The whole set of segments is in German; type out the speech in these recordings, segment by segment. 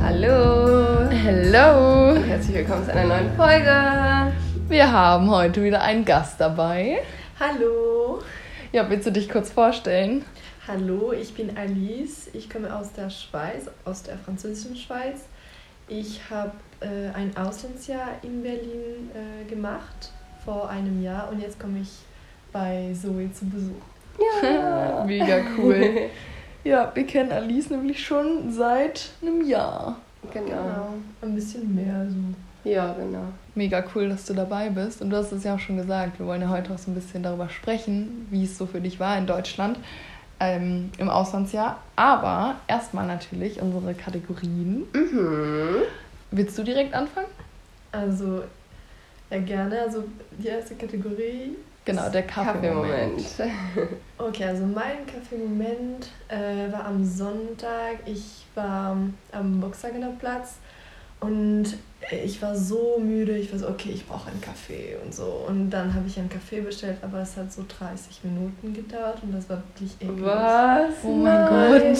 Hallo! Hello! Und herzlich willkommen zu einer neuen Folge. Wir haben heute wieder einen Gast dabei. Hallo! Ja, willst du dich kurz vorstellen? Hallo, ich bin Alice. Ich komme aus der Schweiz, aus der französischen Schweiz. Ich habe ein Auslandsjahr in Berlin gemacht vor einem Jahr und jetzt komme ich bei Zoe zu Besuch. Ja! Mega cool. Ja, wir kennen Alice nämlich schon seit einem Jahr. Genau. Ein bisschen mehr so. Ja, genau. Mega cool, dass du dabei bist. Und du hast es ja auch schon gesagt, wir wollen ja heute auch so ein bisschen darüber sprechen, wie es so für dich war in Deutschland im Auslandsjahr. Aber erstmal natürlich unsere Kategorien. Willst du direkt anfangen? Also, ja gerne. Also die erste Kategorie. Genau, der Kaffeemoment. Okay, also mein Kaffeemoment war am Sonntag. Ich war am Boxhagener Platz und ich war so müde. Ich war so, okay, ich brauche einen Kaffee und so. Und dann habe ich einen Kaffee bestellt, aber es hat so 30 Minuten gedauert und das war wirklich eklig. Was? Oh mein Gott.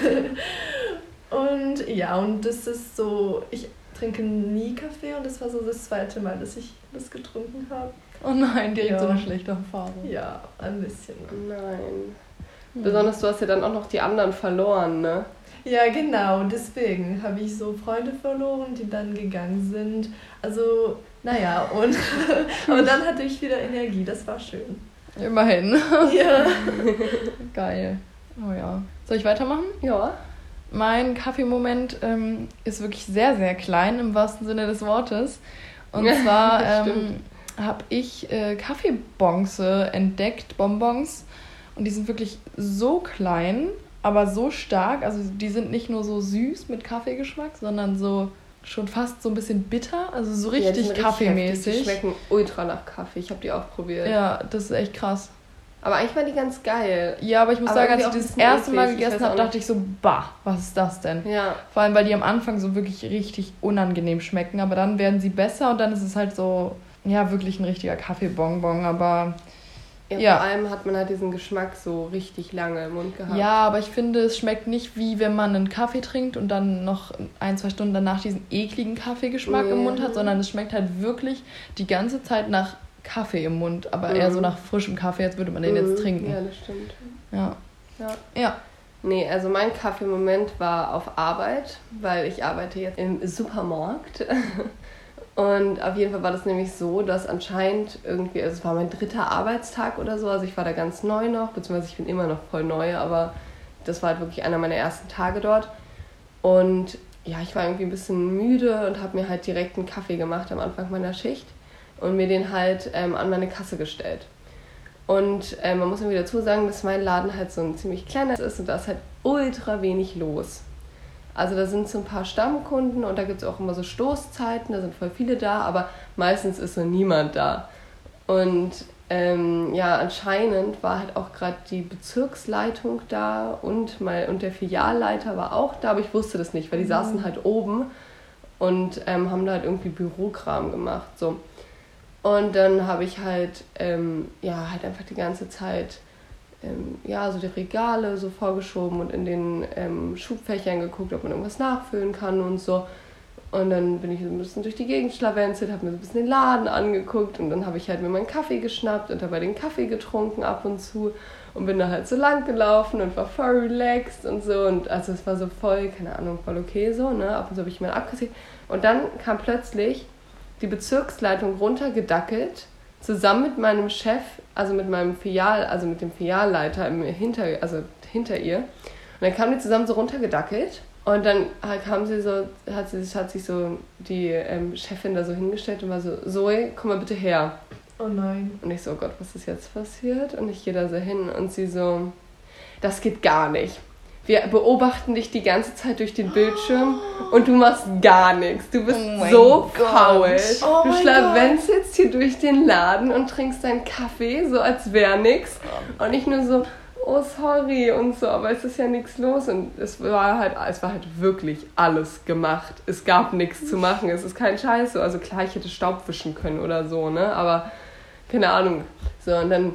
Und ja, und das ist so, ich trinke nie Kaffee und das war so das zweite Mal, dass ich das getrunken habe. Oh nein, direkt Ja. so eine schlechte Erfahrung. Ja, ein bisschen. Nein. Besonders du hast ja dann auch noch die anderen verloren, ne? Ja, genau, deswegen habe ich so Freunde verloren, die dann gegangen sind. Also, naja, und aber dann hatte ich wieder Energie, das war schön. Immerhin. Ja. Geil. Oh ja. Soll ich weitermachen? Ja. Mein Kaffeemoment ist wirklich sehr, sehr klein im wahrsten Sinne des Wortes. Und zwar habe ich Kaffeebonze entdeckt, Bonbons. Und die sind wirklich so klein, aber so stark. Also die sind nicht nur so süß mit Kaffeegeschmack, sondern so schon fast so ein bisschen bitter. Also so Ja, die richtig sind richtig kaffeemäßig. heftig. Die schmecken ultra nach Kaffee. Ich habe die auch probiert. Ja, das ist echt krass. Aber eigentlich waren die ganz geil. Ja, aber ich muss Aber sagen, als irgendwie ich auch das ein bisschen erste Mal eklig, ich gegessen weiß habe, auch dachte ich so, bah, was ist das denn? Ja. Vor allem, weil die am Anfang so wirklich richtig unangenehm schmecken, aber dann werden sie besser und dann ist es halt so, ja, wirklich ein richtiger Kaffeebonbon, aber ja. Vor allem hat man halt diesen Geschmack so richtig lange im Mund gehabt. ja, aber ich finde, es schmeckt nicht wie wenn man einen Kaffee trinkt und dann noch 1-2 Stunden danach diesen ekligen Kaffeegeschmack im Mund hat, sondern es schmeckt halt wirklich die ganze Zeit nach Kaffee im Mund, aber eher so nach frischem Kaffee, als würde man den jetzt trinken. Ja, das stimmt. Ja. Nee, also mein Kaffeemoment war auf Arbeit, weil ich arbeite jetzt im Supermarkt. Und auf jeden Fall war das nämlich so, dass anscheinend irgendwie, also es war mein 3. Arbeitstag oder so, also ich war da ganz neu noch, beziehungsweise ich bin immer noch voll neu, aber das war halt wirklich einer meiner ersten Tage dort. Und ja, ich war irgendwie ein bisschen müde und habe mir halt direkt einen Kaffee gemacht am Anfang meiner Schicht und mir den halt an meine Kasse gestellt. Und man muss mir wieder dazu sagen, dass mein Laden halt so ein ziemlich kleiner ist und da ist halt ultra wenig los. Also da sind so ein paar Stammkunden und da gibt es auch immer so Stoßzeiten, da sind voll viele da, aber meistens ist so niemand da. Und ja, anscheinend war halt auch gerade die Bezirksleitung da und der Filialleiter war auch da, aber ich wusste das nicht, weil die saßen halt oben und haben da halt irgendwie Bürokram gemacht, so. Und dann habe ich halt, halt einfach die ganze Zeit, so die Regale so vorgeschoben und in den Schubfächern geguckt, ob man irgendwas nachfüllen kann und so. Und dann bin ich so ein bisschen durch die Gegend schlawenzelt, habe mir so ein bisschen den Laden angeguckt und dann habe ich halt mir meinen Kaffee geschnappt und dabei den Kaffee getrunken ab und zu und bin da halt so lang gelaufen und war voll relaxed und so. Und also es war so voll, keine Ahnung, voll okay so, ne? Ab und zu habe ich mir abgesehen. Und dann kam plötzlich die Bezirksleitung runtergedackelt, zusammen mit meinem Chef, also mit dem Filialleiter hinter ihr. Und dann kamen die zusammen so runtergedackelt und dann hat sich so die Chefin da so hingestellt und war so, Zoe, komm mal bitte her. Oh nein. Und ich so, oh Gott, was ist jetzt passiert? Und ich gehe da so hin und sie so, das geht gar nicht. Wir beobachten dich die ganze Zeit durch den Bildschirm und du machst gar nichts. Du bist so faul. Oh Du mein schlawenzelst hier durch den Laden und trinkst deinen Kaffee, so als wäre nichts. Und ich nur so, oh sorry und so, aber es ist ja nichts los. Und es war halt wirklich alles gemacht. Es gab nichts zu machen. Es ist kein Scheiß so. Also klar, ich hätte Staub wischen können oder so, ne? Aber keine Ahnung. So, und dann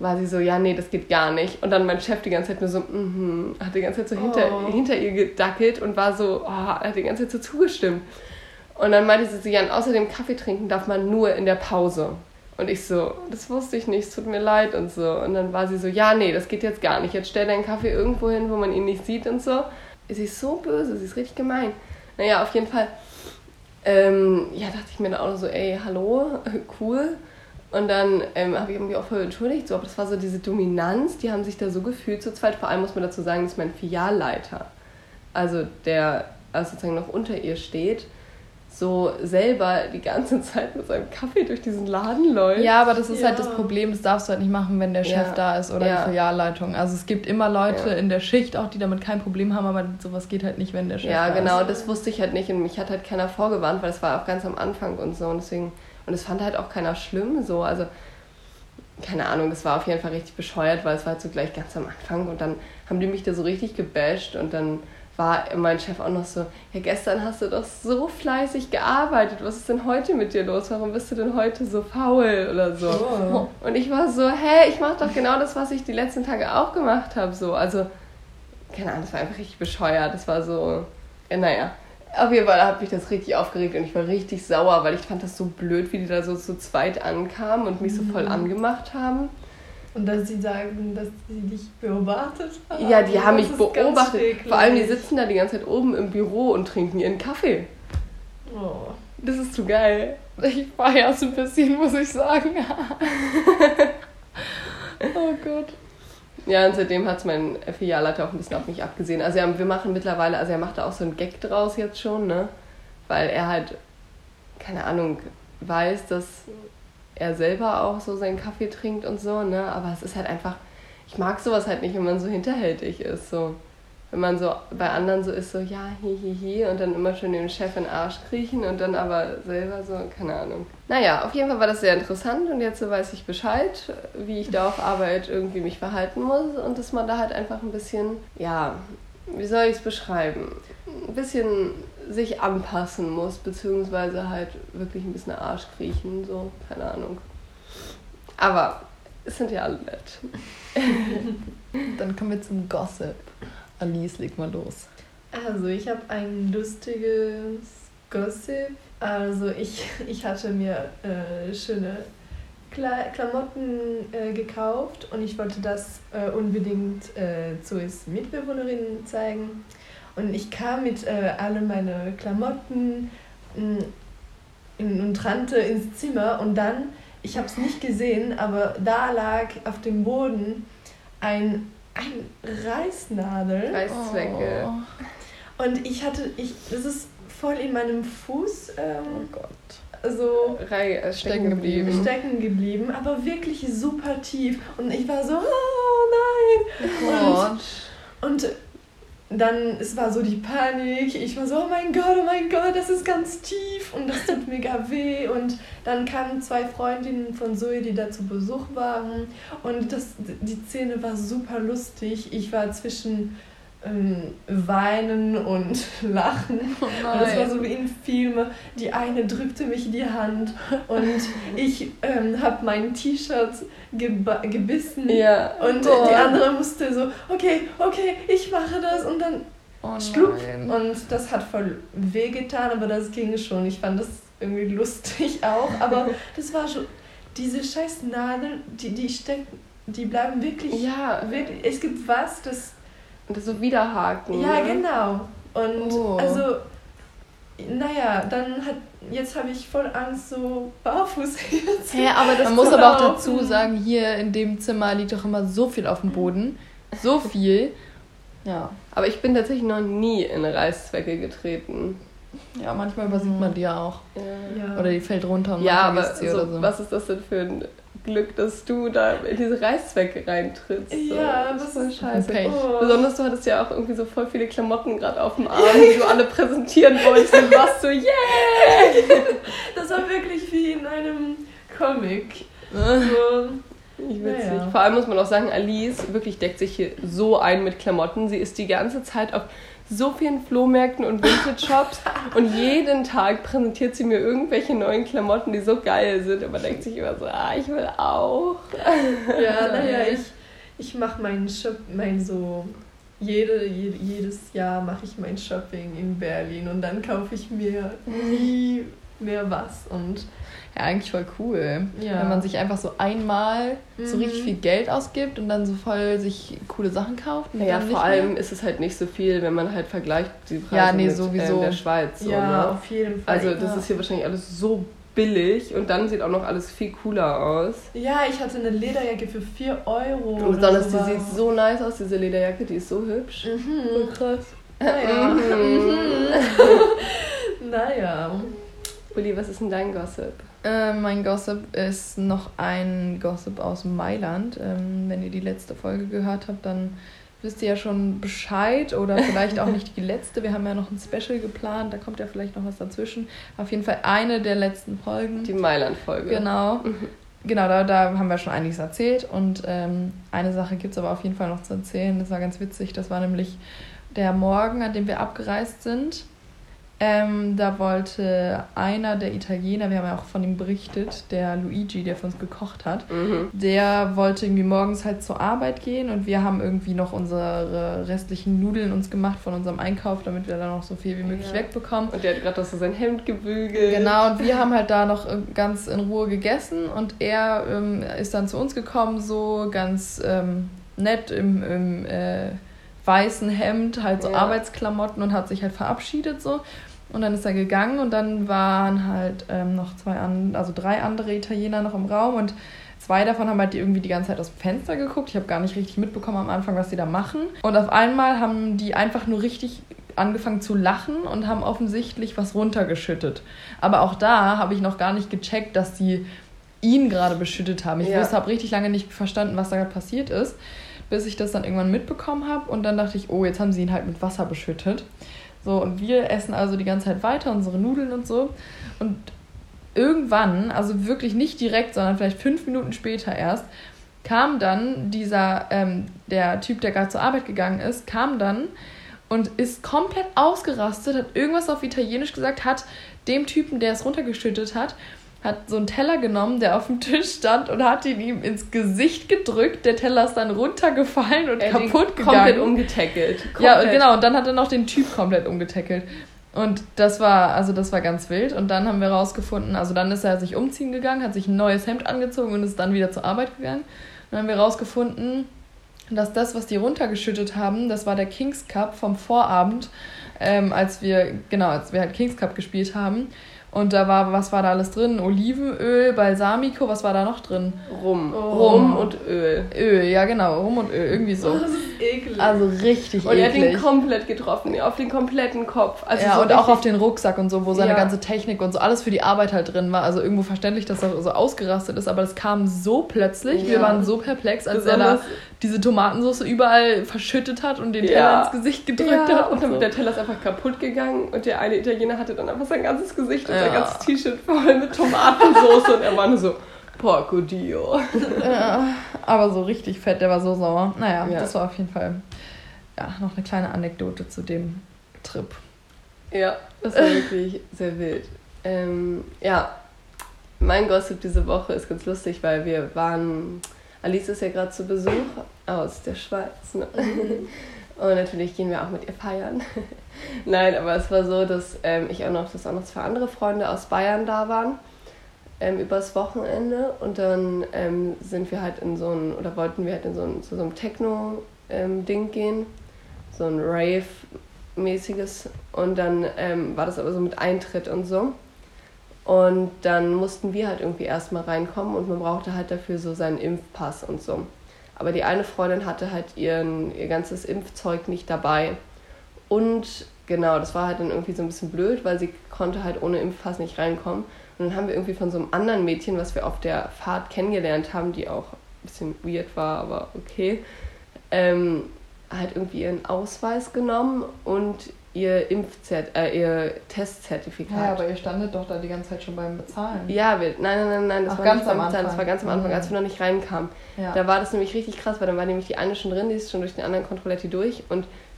war sie so, ja, nee, das geht gar nicht. Und dann mein Chef die ganze Zeit nur so, hat die ganze Zeit so hinter ihr gedackelt und war so, hat die ganze Zeit so zugestimmt. Und dann meinte sie so, ja, und außerdem Kaffee trinken darf man nur in der Pause. Und ich so, das wusste ich nicht, es tut mir leid und so. Und dann war sie so, ja, nee, das geht jetzt gar nicht. Jetzt stell deinen Kaffee irgendwo hin, wo man ihn nicht sieht und so. Sie ist so böse, sie ist richtig gemein. Naja, auf jeden Fall, dachte ich mir dann auch so, ey, hallo, cool. Und dann habe ich mich auch voll entschuldigt, so, aber das war so diese Dominanz, die haben sich da so gefühlt zu zweit. Vor allem muss man dazu sagen, dass mein Filialleiter, also der sozusagen noch unter ihr steht, so selber die ganze Zeit mit seinem Kaffee durch diesen Laden läuft. Ja, aber das ist halt das Problem, das darfst du halt nicht machen, wenn der Chef da ist oder die Filialleitung. Also es gibt immer Leute in der Schicht auch, die damit kein Problem haben, aber sowas geht halt nicht, wenn der Chef da ist. Ja, genau, das wusste ich halt nicht und mich hat halt keiner vorgewarnt, weil es war auch ganz am Anfang und so und deswegen, und es fand halt auch keiner schlimm, so, also keine Ahnung, das war auf jeden Fall richtig bescheuert, weil es war halt so gleich ganz am Anfang und dann haben die mich da so richtig gebasht und dann war mein Chef auch noch so, ja, gestern hast du doch so fleißig gearbeitet, was ist denn heute mit dir los, warum bist du denn heute so faul oder so? Oh. Und ich war so, ich mache doch genau das, was ich die letzten Tage auch gemacht habe, so, also, keine Ahnung, das war einfach richtig bescheuert, das war so, naja, auf jeden Fall hat mich das richtig aufgeregt und ich war richtig sauer, weil ich fand das so blöd, wie die da so zu zweit ankamen und mich so voll angemacht haben. Und dass sie sagen, dass sie dich beobachtet haben. Ja, die haben mich beobachtet. Vor allem, die sitzen da die ganze Zeit oben im Büro und trinken ihren Kaffee. Oh. Das ist zu geil. Ich feier's ein bisschen, muss ich sagen. Oh Gott. Ja, und seitdem hat mein Filialleiter auch ein bisschen auf mich abgesehen. Also wir machen mittlerweile, also er macht da auch so einen Gag draus jetzt schon, ne? Weil er halt, keine Ahnung, weiß, dass er selber auch so seinen Kaffee trinkt und so, ne? Aber es ist halt einfach, ich mag sowas halt nicht, wenn man so hinterhältig ist, so. Wenn man so bei anderen so ist, so, ja, hi, und dann immer schön dem Chef in den Arsch kriechen und dann aber selber so, keine Ahnung. Naja, auf jeden Fall war das sehr interessant und jetzt weiß ich Bescheid, wie ich da auf Arbeit irgendwie mich verhalten muss und dass man da halt einfach ein bisschen, ja, wie soll ich es beschreiben, ein bisschen sich anpassen muss, beziehungsweise halt wirklich ein bisschen Arsch kriechen, so, keine Ahnung. Aber es sind ja alle nett. Dann kommen wir zum Gossip. Alice, leg mal los. Also ich habe ein lustiges Gossip. Also ich hatte mir schöne Klamotten gekauft und ich wollte das unbedingt Zoes Mitbewohnerin zeigen. Und ich kam mit alle meine Klamotten und rannte ins Zimmer und dann, ich habe es nicht gesehen, aber da lag auf dem Boden ein Reißnadel. Reißzwecke. Oh. Und das ist voll in meinem Fuß oh Gott. So stecken geblieben, aber wirklich super tief. Und ich war so, oh nein. Und dann, es war so die Panik, ich war so, oh mein Gott, das ist ganz tief und das tut mega weh. Und dann kamen 2 Freundinnen von Zoe, die da zu Besuch waren und die Szene war super lustig. Ich war zwischen Weinen und Lachen. Oh und das war so wie in Filmen. Die eine drückte mich in die Hand und ich habe mein T-Shirt gebissen und die andere musste so, okay, ich mache das und dann schluck. Und das hat voll wehgetan, aber das ging schon. Ich fand das irgendwie lustig auch, aber das war schon, diese scheiß Nadeln, die stecken, die bleiben wirklich, es gibt was, das und das so widerhaken. Ja, genau. Und also, naja, jetzt habe ich voll Angst, so barfuß hier zu aber das man muss aber auch dazu sagen, hier in dem Zimmer liegt doch immer so viel auf dem Boden. So viel. Ja. Aber ich bin tatsächlich noch nie in Reißzwecke getreten. Ja, manchmal übersieht man die ja auch. Ja. Oder die fällt runter und man vergisst sie oder so. Was ist das denn für ein Glück, dass du da in diese Reißzwecke reintrittst. So. Ja, das ist scheiße. Oh. Besonders du hattest ja auch irgendwie so voll viele Klamotten gerade auf dem Arm, die du alle präsentieren wolltest und warst so, yeah! Das war wirklich wie in einem Comic. Witzig. Ja. Vor allem muss man auch sagen, Alice wirklich deckt sich hier so ein mit Klamotten. Sie ist die ganze Zeit auf so vielen Flohmärkten und Vintage-Shops und jeden Tag präsentiert sie mir irgendwelche neuen Klamotten, die so geil sind. Aber man denkt sich immer so, ich will auch. Ja, naja, ich mache jedes Jahr mache ich mein Shopping in Berlin und dann kaufe ich mir nie mehr was. Und ja, eigentlich voll cool. Ja. Wenn man sich einfach so einmal so richtig viel Geld ausgibt und dann so voll sich coole Sachen kauft. Ja, vor allem ist es halt nicht so viel, wenn man halt vergleicht die Preise mit der Schweiz. So, ja, ne? Auf jeden Fall. Also das ist hier wahrscheinlich alles so billig und dann sieht auch noch alles viel cooler aus. Ja, ich hatte eine Lederjacke für 4 Euro. Und besonders, die sieht so nice aus, diese Lederjacke, die ist so hübsch. Voll krass. Naja. Naja. Uli, was ist denn dein Gossip? Mein Gossip ist noch ein Gossip aus Mailand. Wenn ihr die letzte Folge gehört habt, dann wisst ihr ja schon Bescheid oder vielleicht auch nicht die letzte. Wir haben ja noch ein Special geplant, da kommt ja vielleicht noch was dazwischen. Auf jeden Fall eine der letzten Folgen. Die Mailand-Folge. Genau. Genau, da haben wir schon einiges erzählt und eine Sache gibt es aber auf jeden Fall noch zu erzählen. Das war ganz witzig, das war nämlich der Morgen, an dem wir abgereist sind. Da wollte einer der Italiener, wir haben ja auch von ihm berichtet, der Luigi, der für uns gekocht hat, der wollte irgendwie morgens halt zur Arbeit gehen und wir haben irgendwie noch unsere restlichen Nudeln uns gemacht von unserem Einkauf, damit wir da noch so viel wie möglich wegbekommen. Und der hat gerade so sein Hemd gebügelt. Genau, und wir haben halt da noch ganz in Ruhe gegessen und er ist dann zu uns gekommen, so ganz nett im weißen Hemd, halt so Arbeitsklamotten und hat sich halt verabschiedet so. Und dann ist er gegangen und dann waren halt noch 3 andere Italiener noch im Raum und 2 davon haben halt irgendwie die ganze Zeit aus dem Fenster geguckt. Ich habe gar nicht richtig mitbekommen am Anfang, was die da machen. Und auf einmal haben die einfach nur richtig angefangen zu lachen und haben offensichtlich was runtergeschüttet. Aber auch da habe ich noch gar nicht gecheckt, dass die ihn gerade beschüttet haben. Ich habe richtig lange nicht verstanden, was da gerade passiert ist, bis ich das dann irgendwann mitbekommen habe. Und dann dachte ich, oh, jetzt haben sie ihn halt mit Wasser beschüttet. So, und wir essen also die ganze Zeit weiter, unsere Nudeln und so. Und irgendwann, also wirklich nicht direkt, sondern vielleicht 5 Minuten später erst, kam dann der Typ, der gerade zur Arbeit gegangen ist, kam dann und ist komplett ausgerastet, hat irgendwas auf Italienisch gesagt, hat dem Typen, der es runtergeschüttet hat so einen Teller genommen, der auf dem Tisch stand und hat ihn ihm ins Gesicht gedrückt. Der Teller ist dann runtergefallen und kaputt gegangen. Komplett umgetackelt. Ja, genau. Und dann hat er noch den Typ komplett umgetackelt. Und das war ganz wild. Und dann haben wir rausgefunden, also dann ist er sich umziehen gegangen, hat sich ein neues Hemd angezogen und ist dann wieder zur Arbeit gegangen. Und dann haben wir rausgefunden, dass das, was die runtergeschüttet haben, das war der Kings Cup vom Vorabend, als wir halt Kings Cup gespielt haben. Und was war da alles drin? Olivenöl, Balsamico, was war da noch drin? Rum und Öl. Öl, ja genau, Rum und Öl, irgendwie so. Das ist eklig. Also richtig eklig. Und er hat ihn komplett getroffen, auf den kompletten Kopf. Also ja, so und auch auf den Rucksack und so, wo seine ganze Technik und so, alles für die Arbeit halt drin war. Also irgendwo verständlich, dass er so ausgerastet ist, aber das kam so plötzlich. Ja. Wir waren so perplex, als er da diese Tomatensauce überall verschüttet hat und den Teller ins Gesicht gedrückt hat. Und dann der Teller ist einfach kaputt gegangen und der eine Italiener hatte dann einfach sein ganzes Gesicht und sein ganzes T-Shirt voll mit Tomatensauce und er war nur so, Porco Dio. Ja, aber so richtig fett, der war so sauer. Naja, das war auf jeden Fall noch eine kleine Anekdote zu dem Trip. Ja, das war wirklich sehr wild. Mein Gossip diese Woche ist ganz lustig, weil Alice ist ja gerade zu Besuch aus der Schweiz. Ne? Und natürlich gehen wir auch mit ihr feiern. Nein, aber es war so, dass dass auch noch 2 andere Freunde aus Bayern da waren übers Wochenende. Und dann sind wir halt wollten wir halt zu so einem Techno-Ding gehen. So ein Rave-mäßiges. Und dann war das aber so mit Eintritt und so. Und dann mussten wir halt irgendwie erstmal reinkommen und man brauchte halt dafür so seinen Impfpass und so. Aber die eine Freundin hatte halt ihr ganzes Impfzeug nicht dabei. Und genau, das war halt dann irgendwie so ein bisschen blöd, weil sie konnte halt ohne Impfpass nicht reinkommen. Und dann haben wir irgendwie von so einem anderen Mädchen, was wir auf der Fahrt kennengelernt haben, die auch ein bisschen weird war, aber okay, halt irgendwie ihren Ausweis genommen und ihr Testzertifikat. Ja, aber ihr standet doch da die ganze Zeit schon beim Bezahlen. Ja, nein, das war ganz nicht beim am Bezahlen, das war ganz am Anfang, als wir noch nicht reinkamen. Ja. Da war das nämlich richtig krass, weil dann war nämlich die eine schon drin, die ist schon durch den anderen Kontrolletti durch und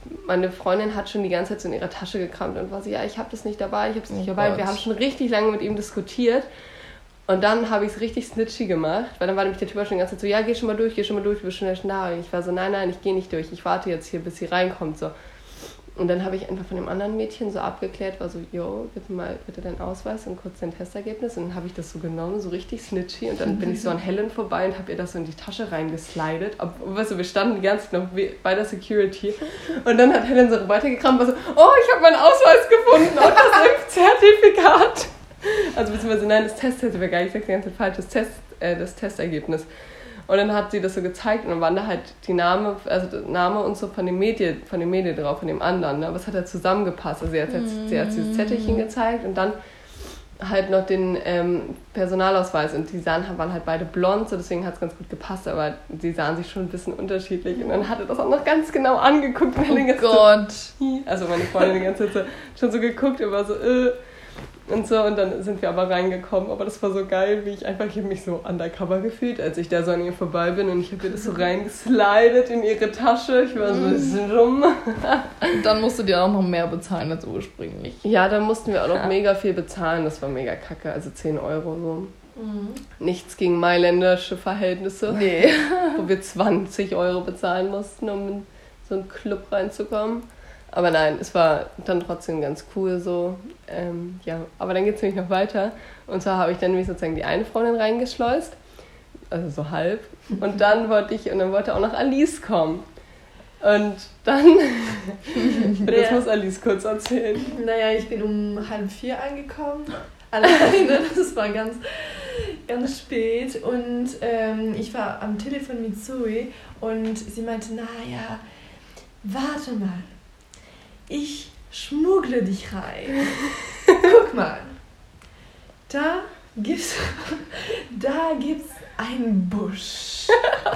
meine Freundin hat schon die ganze Zeit so in ihrer Tasche gekramt und war so, ja, ich habe das nicht dabei, ich habe es nicht dabei. Und wir haben schon richtig lange mit ihm diskutiert. Und dann habe ich es richtig snitchy gemacht, weil dann war nämlich der Typ schon die ganze Zeit so, ja, geh schon mal durch, du bist schon da. Und ich war so, nein, ich gehe nicht durch, ich warte jetzt hier, bis sie reinkommt. So. Und dann habe ich einfach von dem anderen Mädchen so abgeklärt, war so, jo, bitte deinen Ausweis und kurz dein Testergebnis. Und dann habe ich das so genommen, so richtig snitchy. Und dann bin ich so an Helen vorbei und habe ihr das so in die Tasche reingeslidet. Weißt du, wir standen die ganze Zeit noch bei der Security. Und dann hat Helen so weitergekramt und war so, oh, ich habe meinen Ausweis gefunden und das Impfzertifikat. Also beziehungsweise, nein, das Testzertifikat, gar nicht, ich sage die ganze Zeit falsch, das Testergebnis. Und dann hat sie das so gezeigt und dann waren da halt die Name und so von dem Mädel drauf, von dem anderen. Ne? Aber es hat halt zusammengepasst. Also sie hat dieses Zettelchen gezeigt und dann halt noch den Personalausweis. Und die waren halt beide blond, so deswegen hat es ganz gut gepasst. Aber die sahen sich schon ein bisschen unterschiedlich. Und dann hat er das auch noch ganz genau angeguckt. Oh Gott. Also meine Freundin die ganze Zeit schon so geguckt und war so, und so, und dann sind wir aber reingekommen. Aber das war so geil, wie ich habe mich so undercover gefühlt, als ich da so an ihr vorbei bin und ich habe ihr das so reingeslidet in ihre Tasche. Ich war so rum. Dann musst du dir auch noch mehr bezahlen als ursprünglich. Ja, dann mussten wir auch noch mega viel bezahlen. Das war mega kacke, also 10 Euro so. Nichts gegen mailändische Verhältnisse. Nee. Wo wir 20 Euro bezahlen mussten, um in so einen Club reinzukommen. Aber nein, es war dann trotzdem ganz cool so. Ja, aber dann geht es nämlich noch weiter. Und zwar habe ich dann nämlich sozusagen die eine Freundin reingeschleust. Also so halb. Und dann wollte auch noch Alice kommen. Und dann, das muss Alice kurz erzählen. Naja, ich bin um 3:30 angekommen. Alleine, das war ganz, ganz spät. Und ich war am Telefon mit Zoe und sie meinte, naja, warte mal. Ich schmuggle dich rein. Guck mal. Da gibt's einen Busch.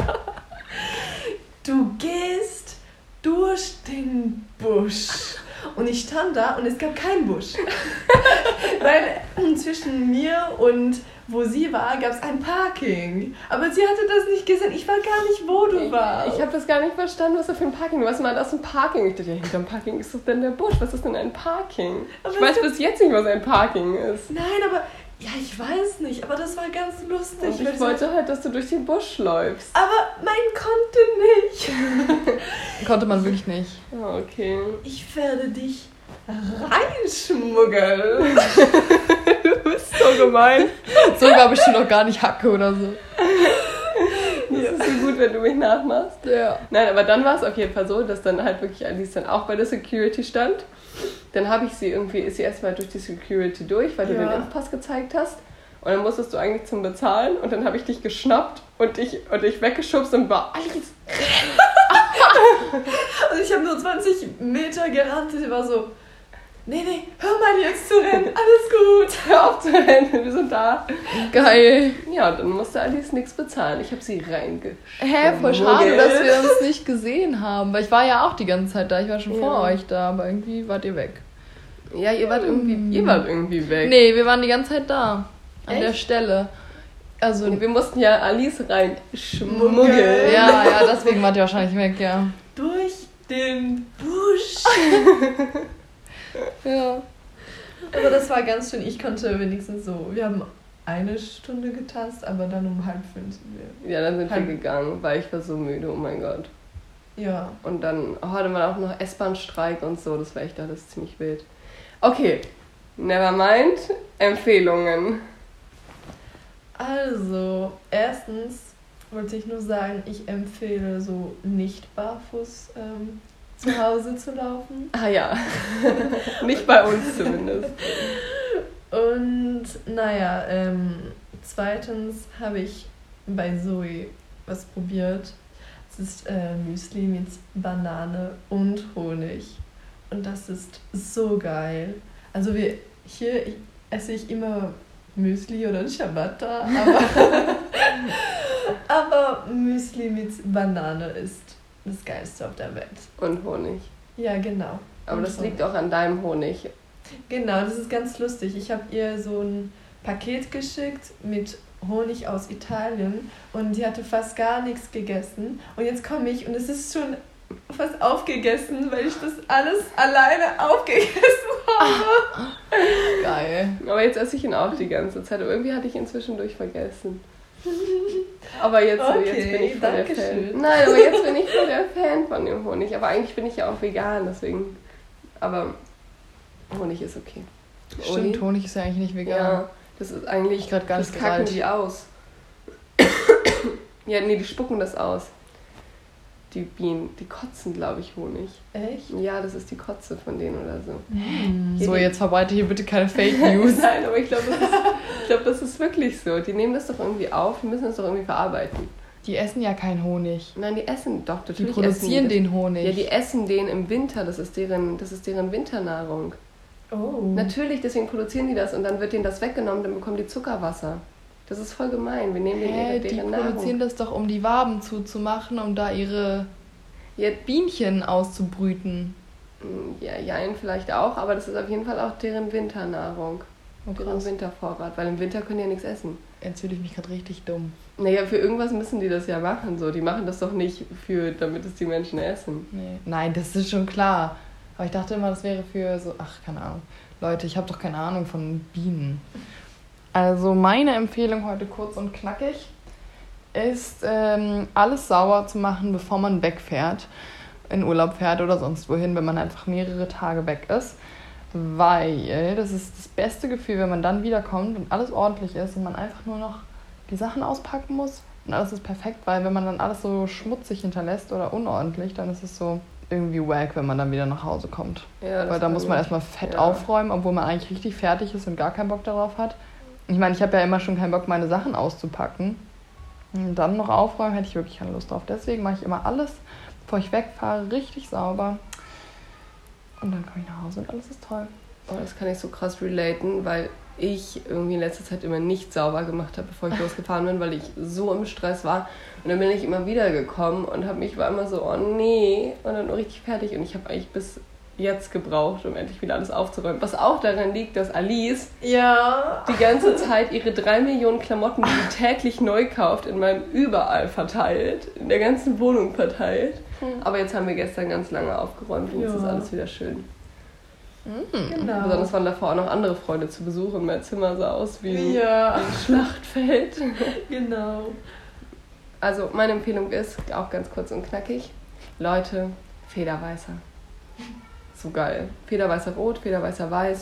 Du gehst durch den Busch. Und ich stand da und es gab keinen Busch. Weil zwischen mir und wo sie war, gab es ein Parking. Aber sie hatte das nicht gesehen. Ich war gar nicht, wo du warst. Ich habe das gar nicht verstanden, was da für ein Parking war. Was meint das ein Parking? Ich dachte, ja, hinterm Parking ist doch denn der Busch. Was ist denn ein Parking? Aber ich weiß bis jetzt nicht, was ein Parking ist. Nein, aber... Ja, ich weiß nicht, aber das war ganz lustig. Und ich wollte halt, dass du durch den Busch läufst. Aber mein konnte nicht. Konnte man wirklich nicht. Oh, okay. Ich werde dich reinschmuggeln. Du bist so gemein. So gab ich schon noch gar nicht Hacke oder so. Das ist so gut, wenn du mich nachmachst. Ja. Nein, aber dann war es auf jeden Fall so, dass dann halt wirklich Alice dann auch bei der Security stand. Dann ist sie erstmal durch die Security durch, weil du den Impfpass gezeigt hast. Und dann musstest du eigentlich zum Bezahlen und dann habe ich dich geschnappt und dich weggeschubst und war Alice. Und ich habe nur 20 Meter gerannt und sie war so, nee, hör mal jetzt zu rennen, alles gut. Hör auf zu rennen, wir sind da. Geil. Ja, dann musste Alice nichts bezahlen. Ich habe sie reingeschmuggelt. Voll schade, dass wir uns nicht gesehen haben. Weil ich war ja auch die ganze Zeit da. Ich war schon vor euch da, aber irgendwie wart ihr weg. Ja, ihr wart irgendwie weg. Nee, wir waren die ganze Zeit da. An der Stelle. Also, wir mussten ja Alice reinschmuggeln. Ja, deswegen wart ihr wahrscheinlich weg, ja. Durch den Busch. Ja. Aber das war ganz schön. Ich konnte wenigstens so. Wir haben 1 Stunde getanzt, aber dann um 4:30 sind wir. Ja, dann sind wir gegangen, weil ich war so müde, oh mein Gott. Ja. Und dann war auch noch S-Bahn-Streik und so, das war echt alles ziemlich wild. Okay, nevermind, Empfehlungen. Also, erstens wollte ich nur sagen, ich empfehle so nicht barfuß zu Hause zu laufen. Ah ja, nicht bei uns zumindest. Und naja, zweitens habe ich bei Zoe was probiert. Es ist Müsli mit Banane und Honig. Und das ist so geil. Also hier esse ich immer Müsli oder Ciabatta, aber Müsli mit Banane ist das Geilste auf der Welt. Und Honig. Ja, genau. Aber und das Honig. liegt auch an deinem Honig. Genau, das ist ganz lustig. Ich habe ihr so ein Paket geschickt mit Honig aus Italien und sie hatte fast gar nichts gegessen. Und jetzt komme ich und es ist schon fast aufgegessen, weil ich das alles alleine aufgegessen habe. Geil. Aber jetzt esse ich ihn auch die ganze Zeit. Aber irgendwie hatte ich ihn zwischendurch vergessen. Aber jetzt bin ich voll der Fan. Nein, aber jetzt bin ich voll der Fan von dem Honig. Aber eigentlich bin ich ja auch vegan, deswegen. Aber Honig ist okay. Stimmt, Honig ist ja eigentlich nicht vegan. Ja, das ist eigentlich gerade gar nicht das kacken die aus. Ja, nee, die spucken das aus. Die Bienen, die kotzen, glaube ich, Honig. Echt? Ja, das ist die Kotze von denen oder so. So, jetzt verbreite hier bitte keine Fake News. Nein, aber ich glaube, das ist wirklich so. Die nehmen das doch irgendwie auf, die müssen das doch irgendwie verarbeiten. Die essen ja keinen Honig. Nein, die essen doch Die natürlich. produzieren den Honig. Ja, die essen den im Winter, das ist deren Winternahrung. Oh. Natürlich, deswegen produzieren die das und dann wird denen das weggenommen, dann bekommen die Zuckerwasser. Das ist voll gemein. Wir nehmen denen Die deren produzieren Nahrung. das doch, um die Waben zuzumachen, um da ihre Bienchen auszubrüten. Ja, jein, vielleicht auch, aber das ist auf jeden Fall auch deren Winternahrung. Oh, Deren krass. Wintervorrat, weil im Winter können die ja nichts essen. Jetzt fühle ich mich gerade richtig dumm. Naja, für irgendwas müssen die das ja machen. So. Die machen das doch nicht damit es die Menschen essen. Nee. Nein, das ist schon klar. Aber ich dachte immer, das wäre für so... Ach, keine Ahnung. Leute, ich habe doch keine Ahnung von Bienen. Also meine Empfehlung heute kurz und knackig ist, alles sauber zu machen, bevor man wegfährt, in Urlaub fährt oder sonst wohin, wenn man einfach mehrere Tage weg ist. Weil das ist das beste Gefühl, wenn man dann wiederkommt und alles ordentlich ist und man einfach nur noch die Sachen auspacken muss und alles ist perfekt, weil wenn man dann alles so schmutzig hinterlässt oder unordentlich, dann ist es so irgendwie wack, wenn man dann wieder nach Hause kommt. Ja, Weil da muss man erstmal fett aufräumen, obwohl man eigentlich richtig fertig ist und gar keinen Bock darauf hat. Ich meine, ich habe ja immer schon keinen Bock, meine Sachen auszupacken. Und dann noch aufräumen, hätte ich wirklich keine Lust drauf. Deswegen mache ich immer alles, bevor ich wegfahre, richtig sauber. Und dann komme ich nach Hause und alles ist toll. Oh, das kann ich so krass relaten, weil ich irgendwie in letzter Zeit immer nicht sauber gemacht habe, bevor ich losgefahren bin, weil ich so im Stress war. Und dann bin ich immer wieder gekommen und war immer so, oh nee, und dann richtig fertig. Und ich habe eigentlich bis jetzt gebraucht, um endlich wieder alles aufzuräumen. Was auch daran liegt, dass Alice die ganze Zeit ihre 3 Millionen Klamotten, die sie täglich neu kauft, in meinem überall verteilt, in der ganzen Wohnung verteilt. Aber jetzt haben wir gestern ganz lange aufgeräumt und jetzt ist alles wieder schön. Genau. Besonders waren davor auch noch andere Freunde zu Besuch und mein Zimmer sah aus wie ein Schlachtfeld. Genau. Also meine Empfehlung ist, auch ganz kurz und knackig, Leute, Federweißer. So geil. Federweißer Rot, Federweißer Weiß.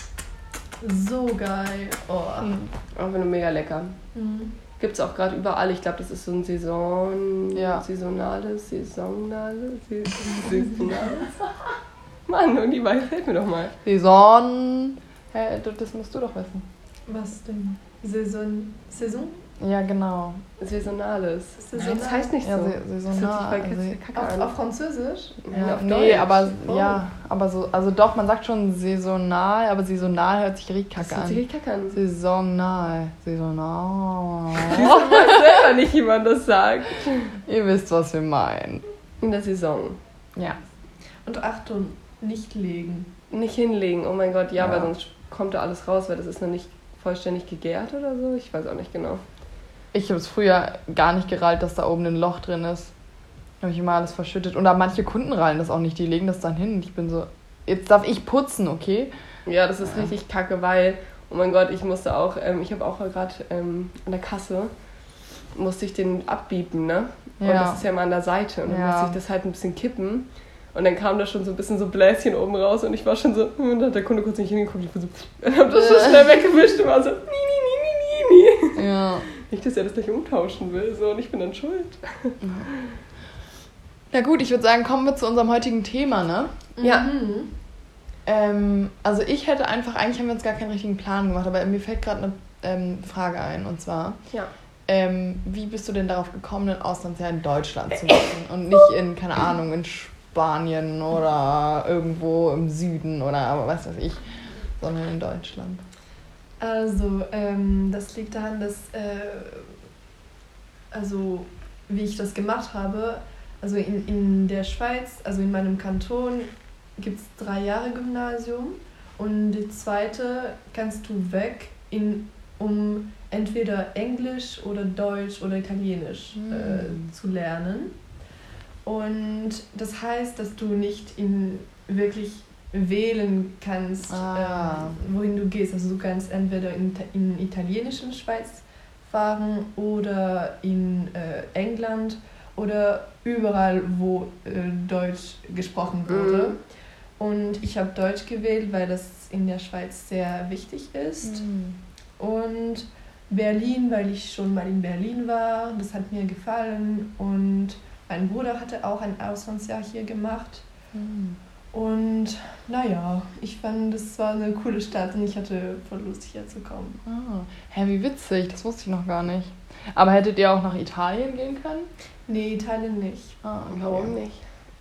So geil. Oh. Auch wenn mega lecker. Mhm. Gibt es auch gerade überall. Ich glaube, das ist so ein saisonales. Mann, und die Weiß fällt mir doch mal. Saison. Das musst du doch wissen. Was denn? Saison? Ja, genau. Saisonales. Saisonal? Das heißt nicht so. Ja, Das hört saisonal. sich voll Kacke an. Auf Französisch? Ja, auf nee, Deutsch. aber Oh. ja, aber so, also doch, man sagt schon saisonal, aber saisonal hört sich richtig Das kacke hört sich an. richtig Kacke an. Saisonal. Ich weiß selber nicht, wie man das sagt. Ihr wisst, was wir meinen. In der Saison. Ja. Und Achtung, nicht legen. Nicht hinlegen, oh mein Gott, ja, Ja. weil sonst kommt da alles raus, weil das ist noch nicht vollständig gegärt oder so. Ich weiß auch nicht genau. Ich habe es früher gar nicht gerallt, dass da oben ein Loch drin ist. Da habe ich immer alles verschüttet. Und manche Kunden rallen das auch nicht, die legen das dann hin. Und ich bin so, jetzt darf ich putzen, okay? Ja, das ist richtig kacke, weil, oh mein Gott, ich musste auch, ich habe auch gerade an der Kasse, musste ich den abbiepen, ne? Und Ja. das ist ja mal an der Seite. Und dann Ja. musste ich das halt ein bisschen kippen. Und dann kam da schon so ein bisschen so Bläschen oben raus und ich war schon so, und dann hat der Kunde kurz nicht hingeguckt. Ich war so, und hab das schon schnell weggewischt und war so, nie. Ja. Nicht, dass er das gleich umtauschen will, so, und ich bin dann schuld. Ja gut, ich würde sagen, kommen wir zu unserem heutigen Thema, ne? Ja. Also ich hätte einfach, eigentlich haben wir uns gar keinen richtigen Plan gemacht, aber mir fällt gerade eine Frage ein, und zwar, Ja. wie bist du denn darauf gekommen, ein Auslandsjahr in Deutschland zu machen und nicht in, keine Ahnung, in Spanien oder irgendwo im Süden oder was weiß ich, sondern in Deutschland? Also, das liegt daran, dass, also wie ich das gemacht habe, also in der Schweiz, also in meinem Kanton, gibt es 3 Jahre Gymnasium und die zweite kannst du weg, um entweder Englisch oder Deutsch oder Italienisch zu lernen. Und das heißt, dass du nicht wirklich wählen kannst, wohin du gehst. Also du kannst entweder in italienischen Schweiz fahren oder in England oder überall, wo Deutsch gesprochen wurde. Und ich habe Deutsch gewählt, weil das in der Schweiz sehr wichtig ist. Und Berlin, weil ich schon mal in Berlin war. Das hat mir gefallen. Und mein Bruder hatte auch ein Auslandsjahr hier gemacht. Und naja, ich fand, das war eine coole Stadt und ich hatte voll Lust, hier zu kommen. Hä, wie witzig, das wusste ich noch gar nicht. Aber hättet ihr auch nach Italien gehen können? Nee, Italien nicht. Okay. Warum nicht?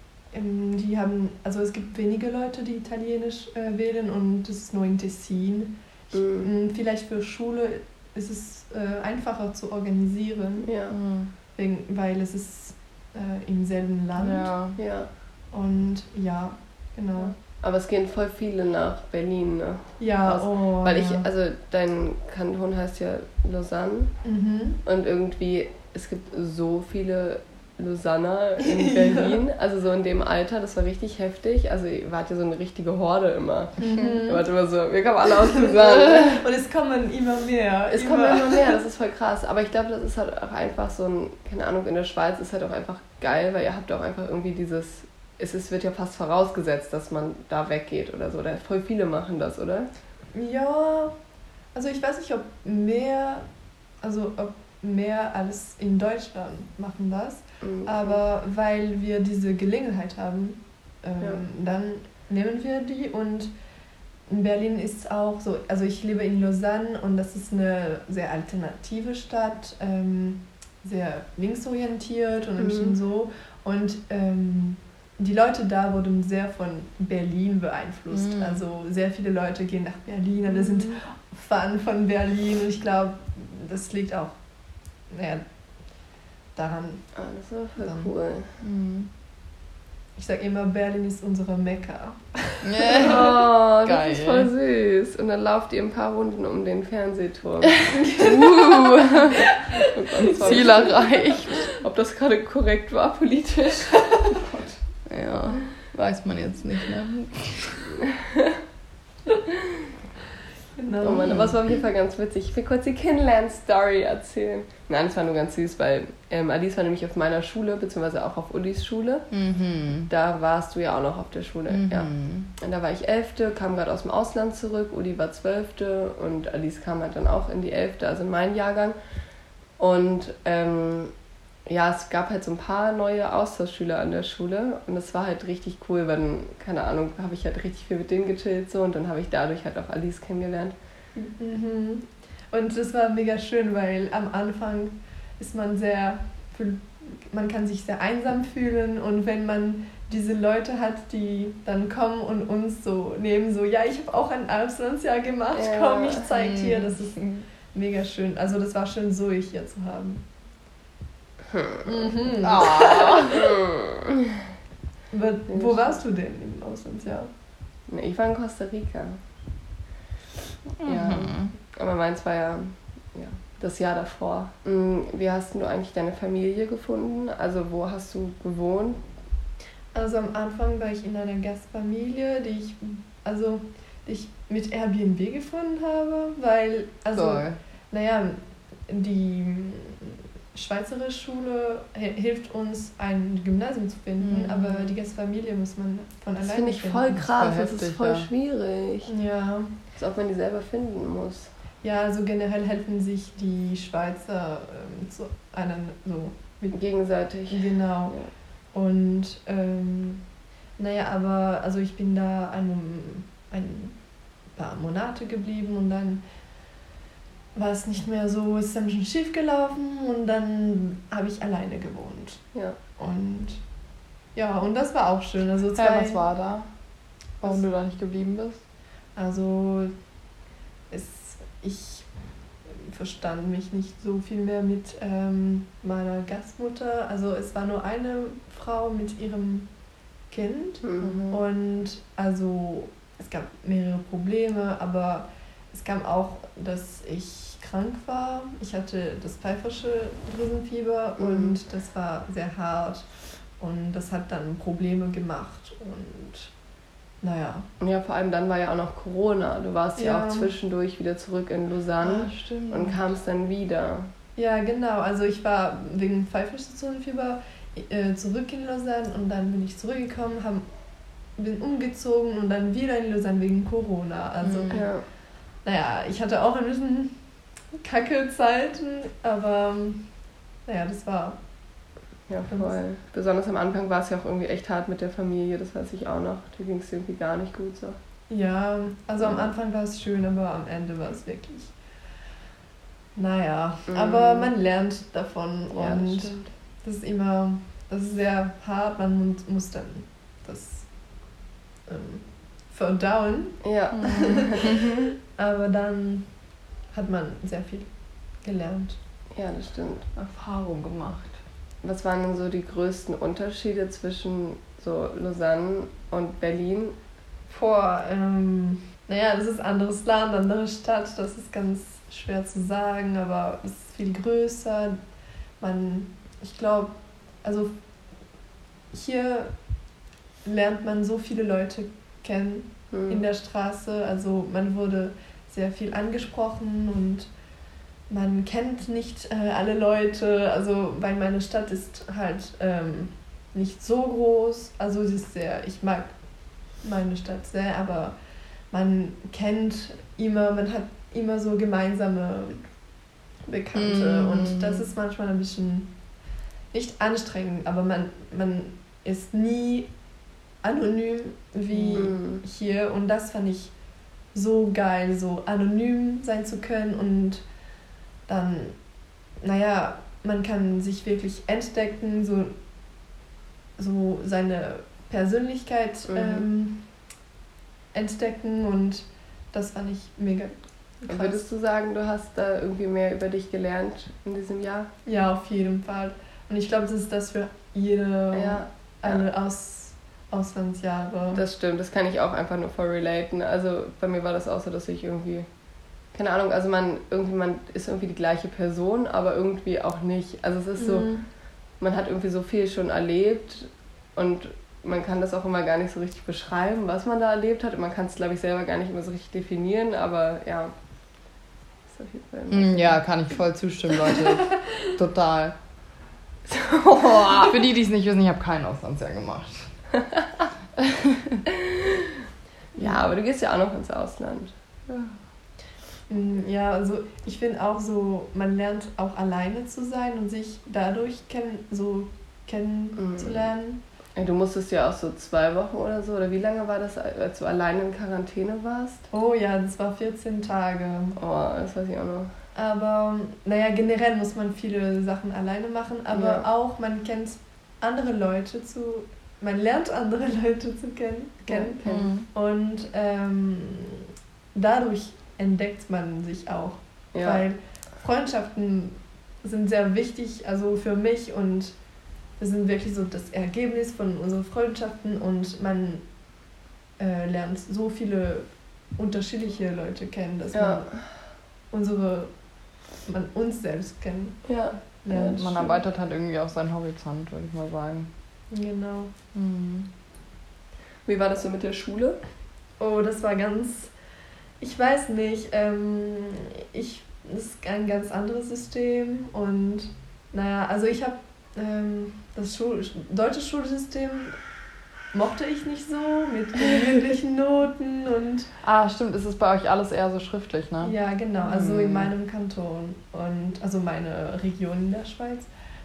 Es gibt wenige Leute, die Italienisch wählen und das ist nur in Tessin. Vielleicht für Schule ist es einfacher zu organisieren, weil es ist im selben Land. Ja. Und ja, genau. Aber es gehen voll viele nach Berlin, ne? Ja, weil dein Kanton heißt ja Lausanne und irgendwie, es gibt so viele Lausanner in Berlin, also so in dem Alter, das war richtig heftig. Also ihr wart ja so eine richtige Horde immer. Ihr wart immer so, wir kommen alle aus Lausanne. Und es kommen immer mehr. Kommen immer mehr, das ist voll krass. Aber ich glaube, das ist halt auch einfach so ein, keine Ahnung, in der Schweiz ist halt auch einfach geil, weil ihr habt auch einfach irgendwie wird ja fast vorausgesetzt, dass man da weggeht oder so. Oder voll viele machen das, oder? Ja, also ich weiß nicht, ob mehr als in Deutschland machen das. Aber weil wir diese Gelegenheit haben, dann nehmen wir die. Und in Berlin ist es auch so, also ich lebe in Lausanne und das ist eine sehr alternative Stadt, sehr linksorientiert und ein bisschen so. Und die Leute da wurden sehr von Berlin beeinflusst. Also sehr viele Leute gehen nach Berlin oder sind Fan von Berlin. Und ich glaube, das liegt auch daran. Das war voll cool. Ich sage immer, Berlin ist unsere Mekka. Oh, das ist voll süß. Und dann lauft ihr ein paar Runden um den Fernsehturm. Ziel erreicht. Ob das gerade korrekt war, politisch? Ja, weiß man jetzt nicht, ne? Genau. Oh Mann, aber es war auf jeden Fall ganz witzig. Ich will kurz die Kinland-Story erzählen. Nein, das war nur ganz süß, weil Alice war nämlich auf meiner Schule, beziehungsweise auch auf Ulis Schule. Da warst du ja auch noch auf der Schule. Ja. Und da war ich 11., kam gerade aus dem Ausland zurück. Uli war 12. und Alice kam halt dann auch in die 11., also in meinen Jahrgang. Und es gab halt so ein paar neue Austauschschüler an der Schule und das war halt richtig cool, weil dann, keine Ahnung, habe ich halt richtig viel mit denen gechillt so und dann habe ich dadurch halt auch Alice kennengelernt. Und das war mega schön, weil am Anfang ist man kann sich sehr einsam fühlen und wenn man diese Leute hat, die dann kommen und uns so nehmen, so, ja, ich habe auch ein Auslandsjahr gemacht, komm, ich zeig dir, das ist mega schön. Also das war schön, so ich hier zu haben. Wo warst du denn im Auslandsjahr? Nee, ich war in Costa Rica. Ja, aber meins war ja das Jahr davor. Wie hast du eigentlich deine Familie gefunden? Also wo hast du gewohnt? Also am Anfang war ich in einer Gastfamilie, die ich mit Airbnb gefunden habe, weil, die Schweizer Schule hilft uns, ein Gymnasium zu finden, aber die Gastfamilie muss man von alleine finden. Das finde ich voll krass, voll das ist voll schwierig. Ja. Als ob man die selber finden muss. Ja, also generell helfen sich die Schweizer gegenseitig. Genau. Ja. Und aber also ich bin da ein paar Monate geblieben und dann war es nicht mehr so, es ist ein bisschen schief gelaufen und dann habe ich alleine gewohnt. Ja. Und das war auch schön. Also was war da? Warum du da nicht geblieben bist? Also ich verstand mich nicht so viel mehr mit meiner Gastmutter. Also es war nur eine Frau mit ihrem Kind und also es gab mehrere Probleme, aber es kam auch, dass ich krank war. Ich hatte das pfeifersche Drüsenfieber und das war sehr hart. und das hat dann Probleme gemacht und naja. Ja, vor allem dann war ja auch noch Corona. Du warst ja auch zwischendurch wieder zurück in Lausanne und kamst dann wieder. Ja, genau. Also ich war wegen Pfeifferstationsfieber zurück in Lausanne und dann bin ich zurückgekommen, bin umgezogen und dann wieder in Lausanne wegen Corona. Also, naja, ich hatte auch ein bisschen kacke Zeiten, aber naja, das war... Ja, voll. Besonders am Anfang war es ja auch irgendwie echt hart mit der Familie, das weiß ich auch noch. Da ging es irgendwie gar nicht gut so. Ja, also am Anfang war es schön, aber am Ende war es wirklich... Naja, aber man lernt davon und das ist sehr hart, man muss dann das verdauen. Ja. Aber dann hat man sehr viel gelernt. Ja, das stimmt. Erfahrung gemacht. Was waren denn so die größten Unterschiede zwischen so Lausanne und Berlin? Naja, das ist ein anderes Land, andere Stadt, das ist ganz schwer zu sagen, aber es ist viel größer. Ich glaube, also hier lernt man so viele Leute kennen in der Straße, also man wurde sehr viel angesprochen und man kennt nicht alle Leute, also weil meine Stadt ist halt nicht so groß, also sie ist ich mag meine Stadt sehr, aber man kennt man hat immer so gemeinsame Bekannte und das ist manchmal ein bisschen nicht anstrengend, aber man ist nie anonym wie hier und das fand ich so geil, so anonym sein zu können und dann, naja, man kann sich wirklich entdecken, so seine Persönlichkeit entdecken und das fand ich mega krass. Würdest du sagen, du hast da irgendwie mehr über dich gelernt in diesem Jahr? Ja, auf jeden Fall. Und ich glaube, das ist das für alle Auslandsjahre. Das stimmt, das kann ich auch einfach nur relaten. Also bei mir war das auch so, dass ich irgendwie, keine Ahnung, also man ist irgendwie die gleiche Person, aber irgendwie auch nicht. Also es ist so, man hat irgendwie so viel schon erlebt und man kann das auch immer gar nicht so richtig beschreiben, was man da erlebt hat. Und man kann es, glaube ich, selber gar nicht immer so richtig definieren, aber ja. Ist auf jeden Fall ja, kann ich voll zustimmen, Leute. Total. Für die es nicht wissen, ich habe kein Auslandsjahr gemacht. Ja, aber du gehst ja auch noch ins Ausland. Ja, also ich finde auch so, man lernt auch alleine zu sein und sich dadurch kennenzulernen. Du musstest ja auch so 2 Wochen oder so, oder wie lange war das, als du alleine in Quarantäne warst? Oh ja, das war 14 Tage. Oh, das weiß ich auch noch. Aber naja, generell muss man viele Sachen alleine machen, aber auch man kennt andere Leute man lernt andere Leute zu kennen. Und dadurch entdeckt man sich auch. Ja. Weil Freundschaften sind sehr wichtig, also für mich und wir sind wirklich so das Ergebnis von unseren Freundschaften und man lernt so viele unterschiedliche Leute kennen, dass man uns selbst kennt. Ja. Man erweitert halt irgendwie auch seinen Horizont, würde ich mal sagen. Genau. Wie war das so mit der Schule? Oh, das war ich weiß nicht, das ist ein ganz anderes System und naja, also ich habe das deutsche Schulsystem mochte ich nicht so, mit mündlichen Noten und... Stimmt, ist es bei euch alles eher so schriftlich, ne? Ja, genau, also in meinem Kanton und also meine Region in der Schweiz.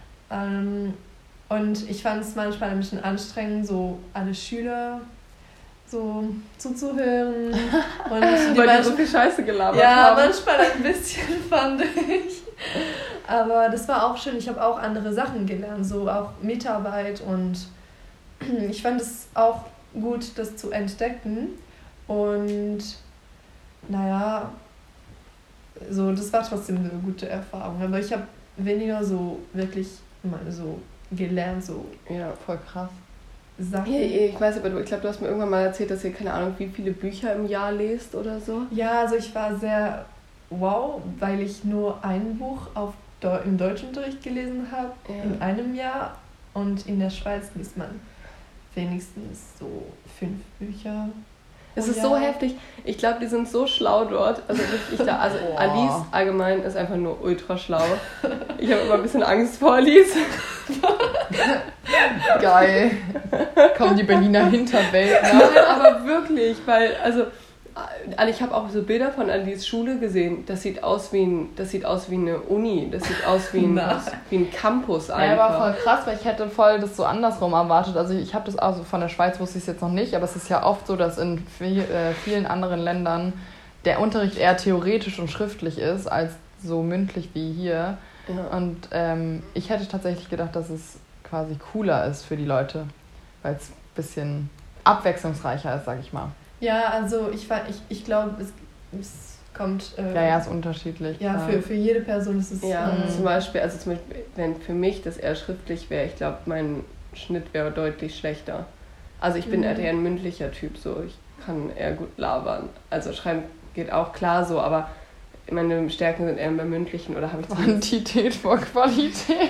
Und ich fand es manchmal ein bisschen anstrengend, so alle Schüler so zuzuhören. Und weil die so viel Scheiße gelabert haben. Ja, manchmal ein bisschen, fand ich. Aber das war auch schön, ich habe auch andere Sachen gelernt, so auch Mitarbeit und ich fand es auch gut, das zu entdecken und naja, so, das war trotzdem eine gute Erfahrung, aber ich habe weniger so wirklich mal so gelernt, so ja, voll krass. Sachen. Ja, ich weiß, aber ich glaube, du hast mir irgendwann mal erzählt, dass ihr keine Ahnung, wie viele Bücher im Jahr lest oder so. Ja, also ich war sehr weil ich nur ein Buch im Deutschunterricht gelesen habe in einem Jahr. Und in der Schweiz liest man wenigstens so 5 Bücher. Es ist so heftig. Ich glaube, die sind so schlau dort. Also wirklich Alice allgemein ist einfach nur ultra schlau. Ich habe immer ein bisschen Angst vor Alice. Geil. Kommen die Berliner Hinterwelt. Nein, aber wirklich, weil, ich habe auch so Bilder von Alice Schule gesehen. Das sieht aus wie eine Uni. Das sieht aus wie ein Campus einfach. Ja, aber voll krass, weil ich hätte voll das so andersrum erwartet. Also ich habe das also von der Schweiz wusste ich es jetzt noch nicht, aber es ist ja oft so, dass in vielen anderen Ländern der Unterricht eher theoretisch und schriftlich ist, als so mündlich wie hier. Ja. Und ich hätte tatsächlich gedacht, dass es quasi cooler ist für die Leute, weil es ein bisschen abwechslungsreicher ist, sag ich mal. Ja, also ich glaube, es kommt... ja, ist unterschiedlich. Ja, für jede Person ist es... Ja, zum Beispiel, wenn für mich das eher schriftlich wäre, ich glaube, mein Schnitt wäre deutlich schlechter. Also ich bin eher ein mündlicher Typ, so. Ich kann eher gut labern. Also schreiben geht auch klar so, aber meine Stärken sind eher beim mündlichen, oder habe ich Quantität vor Qualität.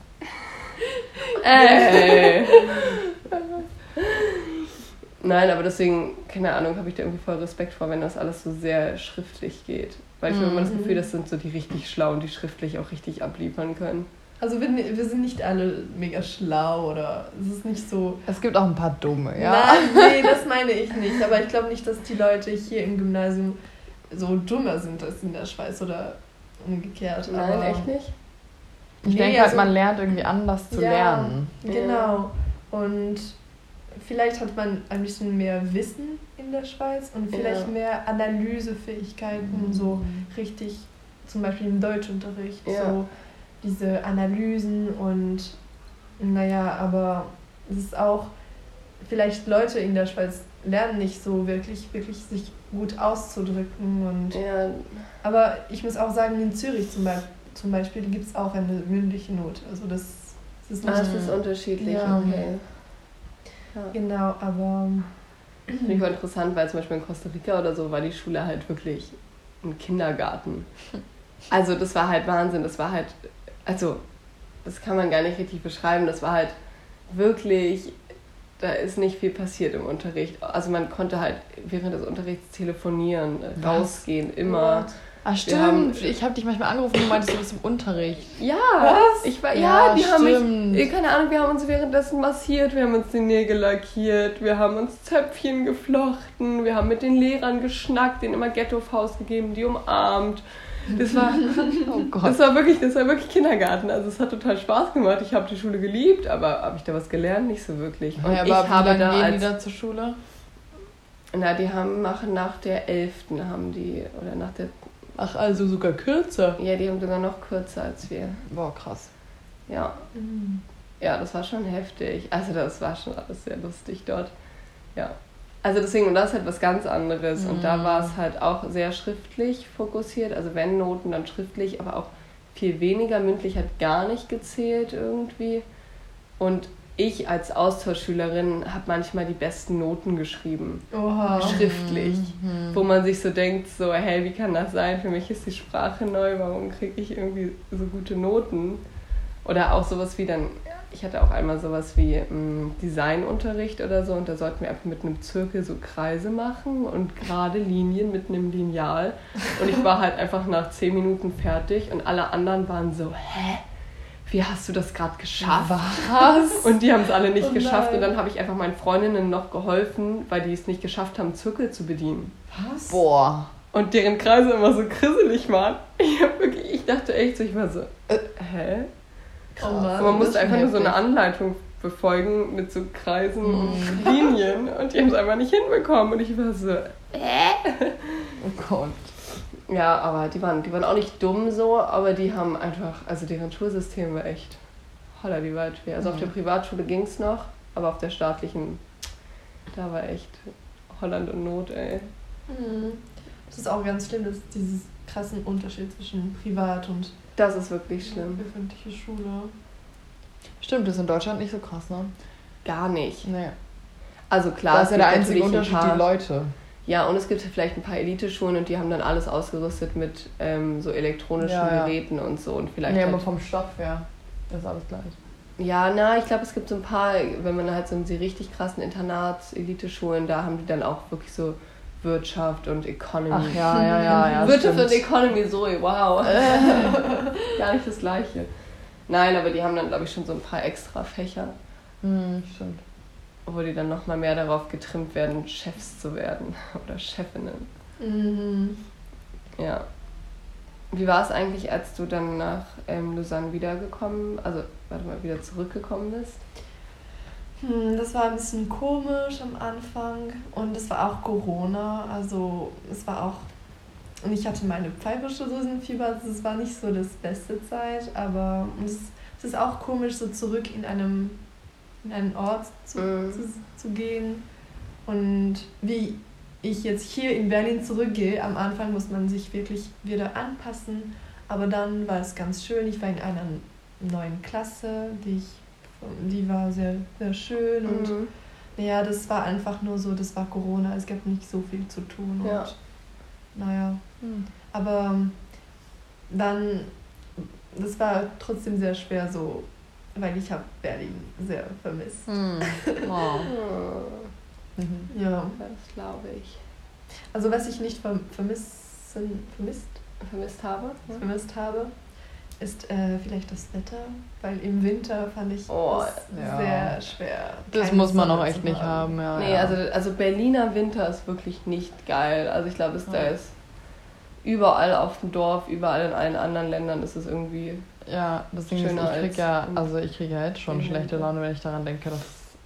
Nein, aber deswegen, keine Ahnung, habe ich da irgendwie voll Respekt vor, wenn das alles so sehr schriftlich geht. Weil ich habe immer das Gefühl, das sind so die richtig Schlauen, die schriftlich auch richtig abliefern können. Also wir sind nicht alle mega schlau oder es ist nicht so... Es gibt auch ein paar Dumme, ja. Nein, das meine ich nicht. Aber ich glaube nicht, dass die Leute hier im Gymnasium so dummer sind als in der Schweiz oder umgekehrt. Nein, aber echt nicht? Ich denke halt, man lernt irgendwie anders zu lernen. Genau. Und vielleicht hat man ein bisschen mehr Wissen in der Schweiz und vielleicht mehr Analysefähigkeiten, so richtig, zum Beispiel im Deutschunterricht, so diese Analysen und aber es ist auch, vielleicht Leute in der Schweiz lernen nicht so wirklich sich gut auszudrücken und aber ich muss auch sagen, in Zürich zum Beispiel gibt es auch eine mündliche Note, also das ist nicht... das ist unterschiedlich, okay. Ja. Genau, aber... Finde ich auch interessant, weil zum Beispiel in Costa Rica oder so war die Schule halt wirklich ein Kindergarten. Also das war halt Wahnsinn, das war halt, also das kann man gar nicht richtig beschreiben, das war halt wirklich, da ist nicht viel passiert im Unterricht. Also man konnte halt während des Unterrichts telefonieren, rausgehen, immer. Ah, stimmt. Ich habe dich manchmal angerufen und du meintest, du bist im Unterricht. Ja. Was? Die haben mich, keine Ahnung, wir haben uns währenddessen massiert, wir haben uns die Nägel lackiert, wir haben uns Zöpfchen geflochten, wir haben mit den Lehrern geschnackt, denen immer Ghetto-Faust gegeben, die umarmt. Das war, das war wirklich Kindergarten. Also es hat total Spaß gemacht. Ich habe die Schule geliebt, aber habe ich da was gelernt? Nicht so wirklich. Und ja, aber wie lange gehen die da zur Schule? Na, die machen nach der 11. haben die, oder nach der... Ach, also sogar kürzer? Ja, die haben sogar noch kürzer als wir. Boah, krass. Ja. Ja, das war schon heftig. Also das war schon alles sehr lustig dort. Ja. Also deswegen, und das ist halt was ganz anderes. Und da war es halt auch sehr schriftlich fokussiert. Also wenn Noten, dann schriftlich, aber auch viel weniger. Mündlich hat gar nicht gezählt irgendwie. Und ich als Austauschschülerin habe manchmal die besten Noten geschrieben. Oha. Schriftlich. Wo man sich so denkt, so, hey, wie kann das sein? Für mich ist die Sprache neu, warum kriege ich irgendwie so gute Noten? Oder auch sowas wie dann, ich hatte auch einmal sowas wie Designunterricht oder so und da sollten wir einfach mit einem Zirkel so Kreise machen und gerade Linien mit einem Lineal. Und ich war halt einfach nach 10 Minuten fertig und alle anderen waren so, hä? Wie hast du das gerade geschafft? Was? Und die haben es alle nicht geschafft. Und dann habe ich einfach meinen Freundinnen noch geholfen, weil die es nicht geschafft haben, Zirkel zu bedienen. Was? Boah. Und deren Kreise immer so krisselig waren. Ich dachte echt so, ich war so, hä? Oh Mann, man musste einfach nur so eine Anleitung befolgen mit so Kreisen und Linien. Und die haben es einfach nicht hinbekommen. Und ich war so, Oh Gott. Ja, aber die waren auch nicht dumm so, aber die haben einfach, also deren Schulsystem war echt holla die Waldfee. Also auf der Privatschule ging es noch, aber auf der staatlichen, da war echt Holland und Not, ey. Das ist auch ganz schlimm, dass dieses krassen Unterschied zwischen Privat und Das ist wirklich schlimm. öffentliche Schule. Stimmt, das ist in Deutschland nicht so krass, ne? Gar nicht. Nee. Also klar, Da ist ja der einzige natürlich Unterschied, die Leute. Ja, und es gibt vielleicht ein paar Elite-Schulen und die haben dann alles ausgerüstet mit so elektronischen Geräten und so. Und vielleicht aber vom Stoff her ist alles gleich. Ja, ich glaube, es gibt so ein paar, wenn man halt so in die richtig krassen Internats-Elite-Schulen, da haben die dann auch wirklich so Wirtschaft und Economy. Ach ja, Wirtschaft stimmt. und Economy, so, wow. Gar nicht das Gleiche. Nein, aber die haben dann, glaube ich, schon so ein paar extra Fächer, Stimmt. wo die dann nochmal mehr darauf getrimmt werden, Chefs zu werden oder Chefinnen. Mhm. Ja. Wie war es eigentlich, als du dann nach Lausanne wieder zurückgekommen bist? Das war ein bisschen komisch am Anfang und es war auch Corona, also es war auch, und ich hatte meine pfeifersche Drüsenfieber, also es war nicht so das beste Zeit, aber es ist auch komisch, so zurück in einen Ort zu gehen und wie ich jetzt hier in Berlin zurückgehe, am Anfang muss man sich wirklich wieder anpassen, aber dann war es ganz schön, ich war in einer neuen Klasse, die war sehr, sehr schön und naja, das war einfach nur so, das war Corona, es gab nicht so viel zu tun Ja. und naja, aber dann, das war trotzdem sehr schwer so, weil ich habe Berlin sehr vermisst. Wow. Ja, Das glaube ich. also was ich nicht vermisst habe, ist vielleicht das Wetter, weil im Winter fand ich es sehr schwer. Das keine muss man Sonne auch zu echt nicht haben, ja. Nee, also Berliner Winter ist wirklich nicht geil. Also ich glaube, da ist überall auf dem Dorf, überall in allen anderen Ländern ist es irgendwie... Ja, das Ding ist, Schöner ich kriege ja jetzt schon schlechte Laune, wenn ich daran denke, dass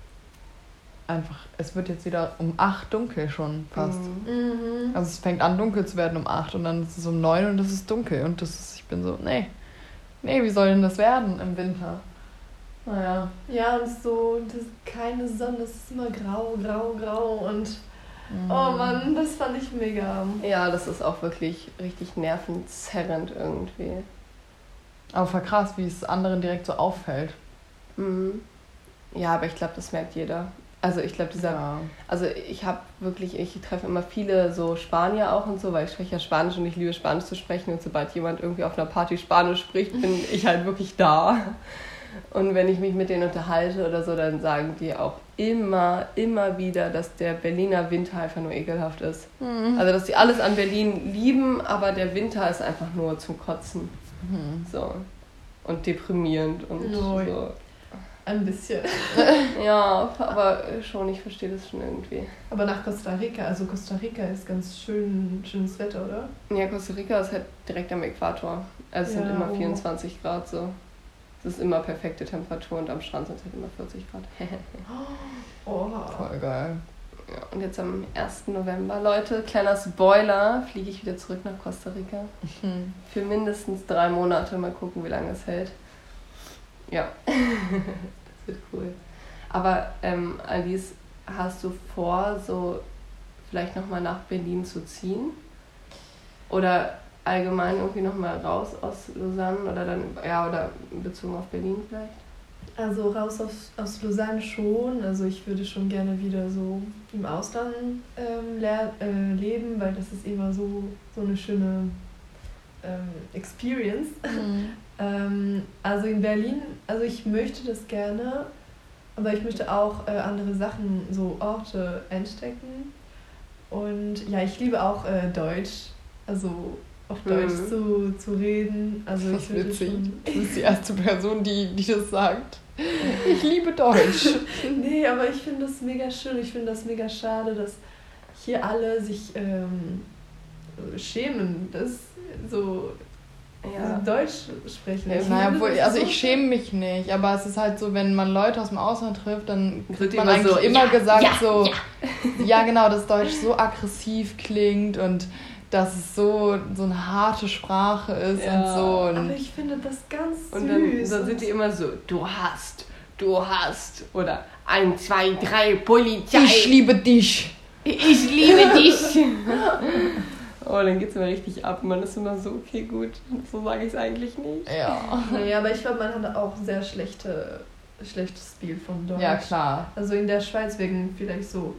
es wird jetzt wieder um 8 dunkel schon fast. Mhm. Also es fängt an dunkel zu werden um 8 und dann ist es um 9 und es ist dunkel und ich bin so, nee, wie soll denn das werden im Winter? Naja. Ja, und so, das ist keine Sonne, es ist immer grau und oh Mann, das fand ich mega. Ja, das ist auch wirklich richtig nervenzerrend irgendwie. Aber voll krass, wie es anderen direkt so auffällt. Mhm. Ja, aber ich glaube, das merkt jeder. Also ich glaube, ich treffe immer viele so Spanier auch und so, weil ich spreche ja Spanisch und ich liebe Spanisch zu sprechen und sobald jemand irgendwie auf einer Party Spanisch spricht, bin ich halt wirklich da. Und wenn ich mich mit denen unterhalte oder so, dann sagen die auch immer wieder, dass der Berliner Winter einfach nur ekelhaft ist. Also dass die alles an Berlin lieben, aber der Winter ist einfach nur zum Kotzen. So. Und deprimierend und so. Ein bisschen. Ja, aber schon, ich verstehe das schon irgendwie. Aber nach Costa Rica, also Costa Rica ist ganz schönes Wetter, oder? Ja, Costa Rica ist halt direkt am Äquator. Also es sind immer 24 Grad so. Es ist immer perfekte Temperatur und am Strand sind es halt immer 40 Grad. Oha. Voll geil. Ja, und jetzt am 1. November, Leute, kleiner Spoiler, fliege ich wieder zurück nach Costa Rica. Für mindestens 3 Monate. Mal gucken, wie lange es hält. Ja, das wird cool. Aber Alice, hast du vor, so vielleicht nochmal nach Berlin zu ziehen? Oder allgemein irgendwie nochmal raus aus Lausanne oder dann, oder bezogen auf Berlin vielleicht? Also raus aus Lausanne schon. Also ich würde schon gerne wieder so im Ausland leben, weil das ist immer so eine schöne Experience. Also in Berlin, also ich möchte das gerne, aber ich möchte auch andere Sachen, so Orte entdecken. Und ja, ich liebe auch Deutsch, also auf Deutsch zu reden. Also das ist witzig. Du bist die erste Person, die das sagt. Ich liebe Deutsch. Nee, aber ich finde das mega schön. Ich finde das mega schade, dass hier alle sich schämen, dass so Deutsch sprechen. Ich schäme mich nicht, aber es ist halt so, wenn man Leute aus dem Ausland trifft, dann wird man immer eigentlich so, immer gesagt genau, dass Deutsch so aggressiv klingt und dass es so eine harte Sprache ist und so. Und aber ich finde das ganz süß. Und dann sind die immer so, du hast, oder 1, 2, 3, Polizei. Ich liebe dich. Ich liebe dich. Oh, dann geht's immer richtig ab. Man ist immer so, okay, gut, so sage ich es eigentlich nicht. Ja. Naja, aber ich glaube, man hat auch sehr schlechtes Stil von Deutsch. Ja, klar. Also in der Schweiz wegen vielleicht so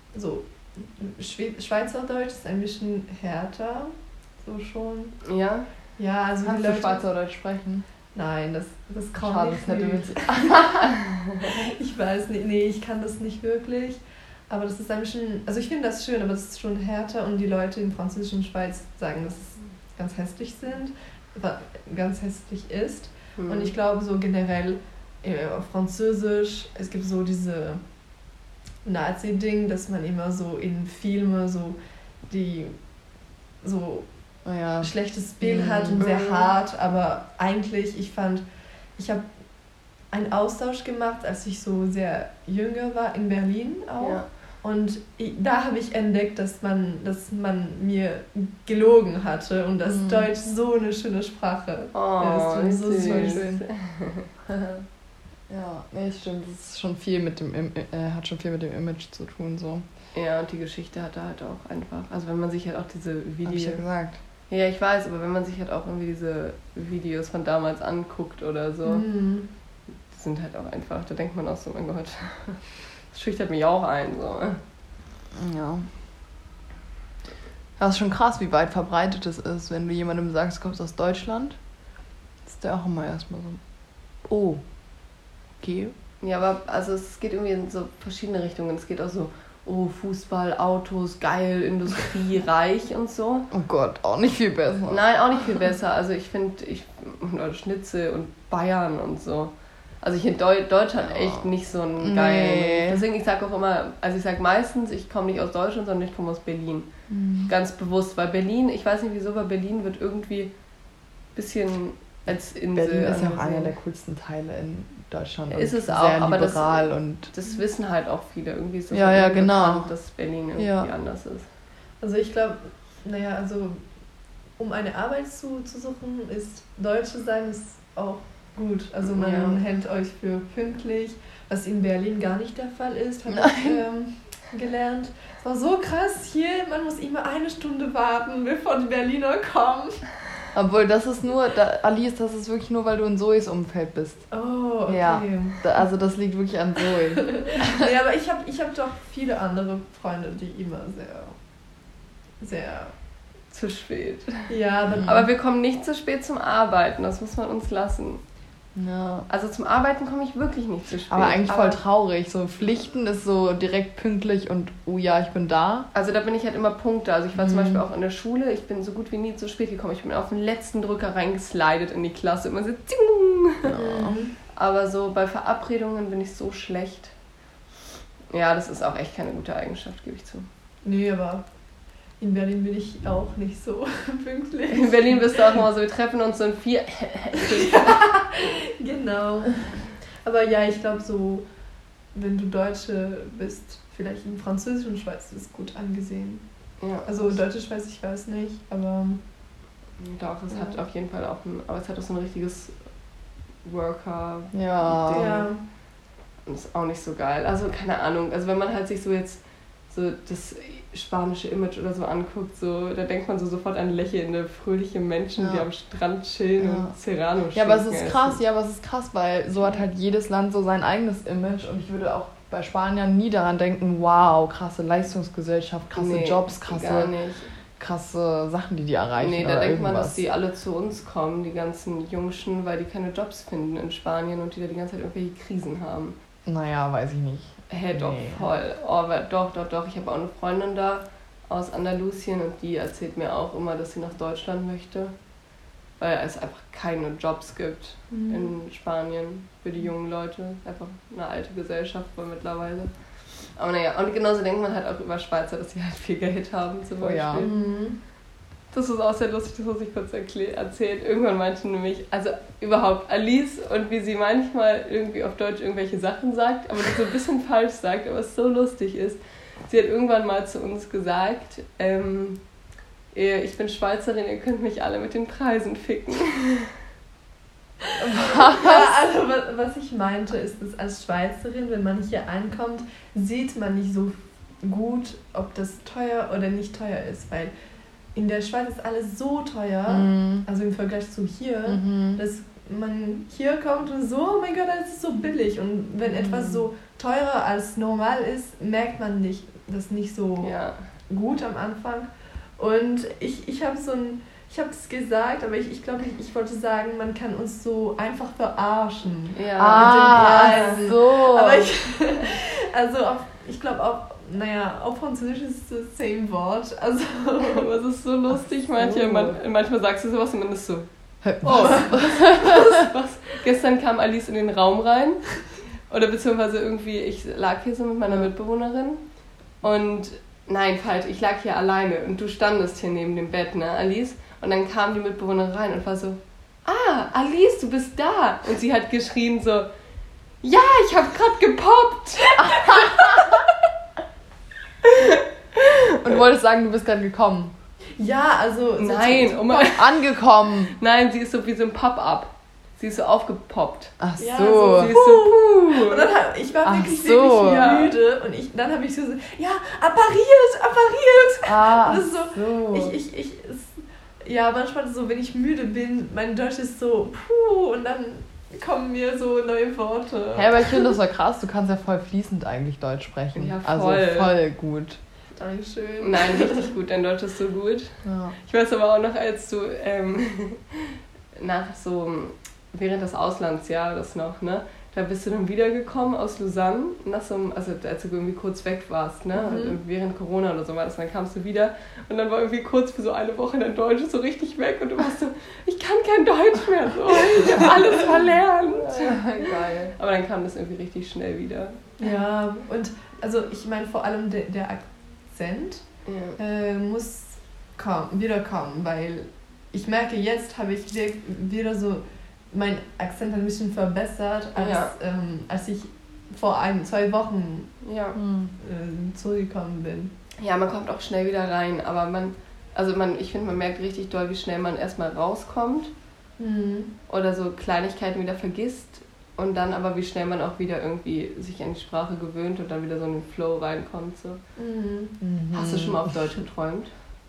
Schweizerdeutsch ist ein bisschen härter, so schon. Ja? Ja, also Kannst die Leute, du Schweizerdeutsch sprechen? Nein, das kommt Schade, nicht. das hätte mit. Ich weiß nicht, nee, ich kann das nicht wirklich. Aber das ist ein bisschen, also ich finde das schön, aber das ist schon härter und die Leute in französischen Schweiz sagen, dass es ganz hässlich ganz hässlich ist. Und ich glaube so generell auf Französisch, es gibt so diese Nazi-Ding, dass man immer so in Filmen so die so schlechtes Bild hat und sehr hart, aber eigentlich, ich habe einen Austausch gemacht, als ich so sehr jünger war, in Berlin auch. Ja. Und da habe ich entdeckt, dass man mir gelogen hatte und dass Deutsch so eine schöne Sprache ist. Und so schön. Ja, nee, stimmt. Das ist schon viel mit dem hat schon viel mit dem Image zu tun. So. Ja, und die Geschichte hat da halt auch einfach. Also wenn man sich halt auch diese Videos. Hab ich ja gesagt. Ja, ich weiß, aber wenn man sich halt auch irgendwie diese Videos von damals anguckt oder so, die sind halt auch einfach, da denkt man auch so, mein Gott, das schüchtert mich auch ein. So. Ja. Das ist schon krass, wie weit verbreitet es ist, wenn du jemandem sagst, du kommst aus Deutschland, ist der auch immer erstmal so, oh, okay. Ja, aber also es geht irgendwie in so verschiedene Richtungen. Es geht auch so, oh, Fußball, Autos, geil, Industrie, reich und so. Oh Gott, auch nicht viel besser. Nein, auch nicht viel besser. Also ich finde, Schnitzel und Bayern und so. Also ich finde Deutschland echt nicht so ein geil. Deswegen, ich sage auch immer, also ich sage meistens, ich komme nicht aus Deutschland, sondern ich komme aus Berlin. Ganz bewusst, weil Berlin, ich weiß nicht wieso, aber Berlin wird irgendwie ein bisschen als Insel. Berlin ist ja auch einer der coolsten Teile in Deutschland. Ist es auch, sehr aber das wissen halt auch viele. Irgendwie ist das genau. bekannt, dass Berlin irgendwie anders ist. Also ich glaube, also um eine Arbeit zu suchen, ist Deutsche sein ist auch gut. Also man hält euch für pünktlich, was in Berlin gar nicht der Fall ist, habe ich gelernt. Es war so krass hier, man muss immer 1 Stunde warten, bevor die Berliner kommen. Obwohl, das ist nur, Alice, das ist wirklich nur, weil du in Zoes Umfeld bist. Oh, okay. Ja, also das liegt wirklich an Zoe. Ja, aber ich hab doch viele andere Freunde, die immer sehr, sehr... Zu spät. Ja, aber wir kommen nicht zu spät zum Arbeiten, das muss man uns lassen. Ja. Also zum Arbeiten komme ich wirklich nicht zu spät. Aber eigentlich voll traurig. So Pflichten ist so direkt pünktlich und oh ja, ich bin da. Also da bin ich halt immer Punkte. Also ich war zum Beispiel auch in der Schule, ich bin so gut wie nie zu spät gekommen. Ich bin auf den letzten Drücker reingeslidet in die Klasse. Immer so ja. Aber so bei Verabredungen bin ich so schlecht. Ja, das ist auch echt keine gute Eigenschaft, gebe ich zu. Nee, aber in Berlin bin ich auch nicht so pünktlich. In Berlin bist du auch immer so, wir treffen uns so in 4. Genau. Aber ja, ich glaube so, wenn du Deutsche bist, vielleicht in französischen Schweiz ist es gut angesehen. Ja. Also deutsche Schweiz, ich weiß nicht, aber... Doch, es hat auf jeden Fall auch aber es hat auch so ein richtiges Worker-Ding. Ja. Und ist auch nicht so geil. Also keine Ahnung, also wenn man halt sich so jetzt so das spanische Image oder so anguckt, so, da denkt man so sofort an lächelnde, fröhliche Menschen, die am Strand chillen und Serrano Ja, aber es ist krass, weil so hat halt jedes Land so sein eigenes Image und ich würde auch bei Spaniern nie daran denken, wow, krasse Leistungsgesellschaft, krasse Jobs, krasse Sachen, die erreichen. Nee, da denkt man, dass die alle zu uns kommen, die ganzen Jungschen, weil die keine Jobs finden in Spanien und die da die ganze Zeit irgendwelche Krisen haben. Naja, weiß ich nicht. Doch, voll. Oh, aber doch. Ich habe auch eine Freundin da aus Andalusien und die erzählt mir auch immer, dass sie nach Deutschland möchte, weil es einfach keine Jobs gibt in Spanien für die jungen Leute. Einfach eine alte Gesellschaft wohl mittlerweile. Aber naja, und genauso denkt man halt auch über Schweizer, dass sie halt viel Geld haben zum Beispiel. Ja. Das ist auch sehr lustig, das muss ich kurz erzählt. Irgendwann meinte nämlich, also überhaupt Alice und wie sie manchmal irgendwie auf Deutsch irgendwelche Sachen sagt, aber das so ein bisschen falsch sagt, aber es so lustig ist. Sie hat irgendwann mal zu uns gesagt, ich bin Schweizerin, ihr könnt mich alle mit den Preisen ficken. Was? Ja, also was ich meinte ist, dass als Schweizerin, wenn man hier ankommt, sieht man nicht so gut, ob das teuer oder nicht teuer ist, weil in der Schweiz ist alles so teuer, also im Vergleich zu hier, dass man hier kommt und so, oh mein Gott, das ist so billig. Und wenn etwas so teurer als normal ist, merkt man das nicht so gut am Anfang. Und ich habe Ich habe das gesagt, aber ich glaube, ich wollte sagen, man kann uns so einfach verarschen. Ja. So. Aber ich glaube auch, auf Französisch ist es das same Wort. Also, aber es ist so lustig. Manchmal sagst du sowas und man ist so, Oh. was? Gestern kam Alice in den Raum rein. Oder beziehungsweise irgendwie, ich lag hier so mit meiner Mitbewohnerin. Und, nein, falsch, ich lag hier alleine. Und du standest hier neben dem Bett, ne, Alice? Und dann kam die Mitbewohnerin rein und war so, Alice, du bist da. Und sie hat geschrien so, ja, ich hab grad gepoppt. Und wolltest sagen, du bist gerade gekommen? Ja, also... Nein, angekommen. Nein, sie ist so wie so ein Pop-up. Sie ist so aufgepoppt. Ach so. Ja, so. Sie ist so, Und dann ich war wirklich müde und dann habe ich so, ja, appariert. Ah, und das ist so, manchmal so, wenn ich müde bin, mein Deutsch ist so, und dann kommen mir so neue Worte. Aber ich finde das so krass, du kannst ja voll fließend eigentlich Deutsch sprechen. Ja, voll. Also voll gut. Dankeschön. Nein, richtig gut, dein Deutsch ist so gut. Ja. Ich weiß aber auch noch, als du während des Auslandsjahres noch, ne, da bist du dann wiedergekommen aus Lausanne, als du irgendwie kurz weg warst, ne, während Corona oder so war das, dann kamst du wieder und dann war irgendwie kurz für so eine Woche dein Deutsch so richtig weg und du warst so, ich kann kein Deutsch mehr, so, ich habe alles verlernt. Geil. Aber dann kam das irgendwie richtig schnell wieder. Ja, und also ich meine vor allem der Akzent muss wiederkommen, weil ich merke, jetzt habe ich wieder so meinen Akzent ein bisschen verbessert, als ich vor 2 Wochen zurückgekommen bin. Ja, man kommt auch schnell wieder rein, aber ich finde, man merkt richtig doll, wie schnell man erstmal rauskommt oder so Kleinigkeiten wieder vergisst und dann aber wie schnell man auch wieder irgendwie sich an die Sprache gewöhnt und dann wieder so in den Flow reinkommt. So. Hast du schon mal auf Deutsch geträumt?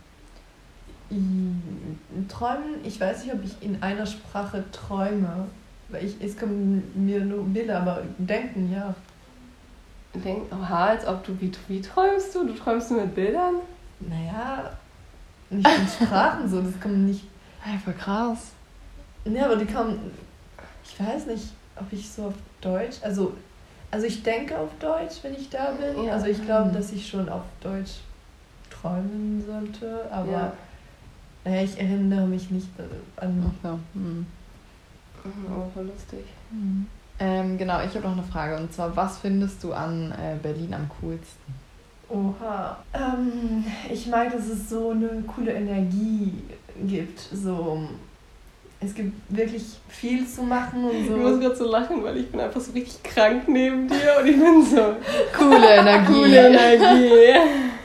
Träumen, ich weiß nicht, ob ich in einer Sprache träume, weil es kommen mir nur Bilder, aber denken, ja. Als ob du, wie träumst du? Du träumst nur mit Bildern? Naja, nicht in Sprachen so, das kommt nicht... Einfach krass. Ja, aber die kommen, ich weiß nicht, ob ich so auf Deutsch, also ich denke auf Deutsch, wenn ich da bin, also ich glaube, dass ich schon auf Deutsch träumen sollte, aber... Naja, ich erinnere mich nicht an... Ach ja. Oh, voll lustig. Genau, ich habe noch eine Frage. Und zwar, was findest du an Berlin am coolsten? Oha. Ich mag, dass es so eine coole Energie gibt. So, es gibt wirklich viel zu machen und so. Ich muss gerade so lachen, weil ich bin einfach so richtig krank neben dir und ich bin so... Coole Energie. Coole Energie.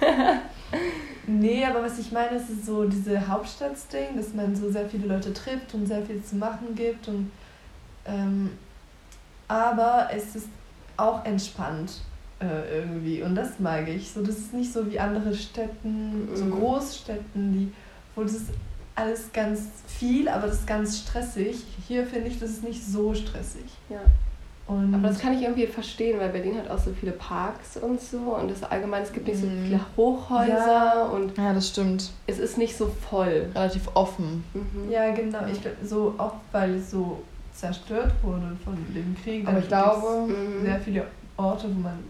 Nee, aber was ich meine, ist so diese Hauptstadtding, dass man so sehr viele Leute trifft und sehr viel zu machen gibt. Und, aber es ist auch entspannt irgendwie und das mag ich. So, das ist nicht so wie andere Städten, so Großstädten, wo das ist alles ganz viel, aber das ist ganz stressig. Hier finde ich, das ist nicht so stressig. Ja. Und aber das kann ich irgendwie verstehen, weil Berlin hat auch so viele Parks und so und es gibt nicht so viele Hochhäuser und ja, das stimmt. Es ist nicht so voll. Relativ offen. Ja, genau. Ich glaube, so oft, weil es so zerstört wurde von dem Krieg. Aber ich glaube, sehr viele Orte, wo man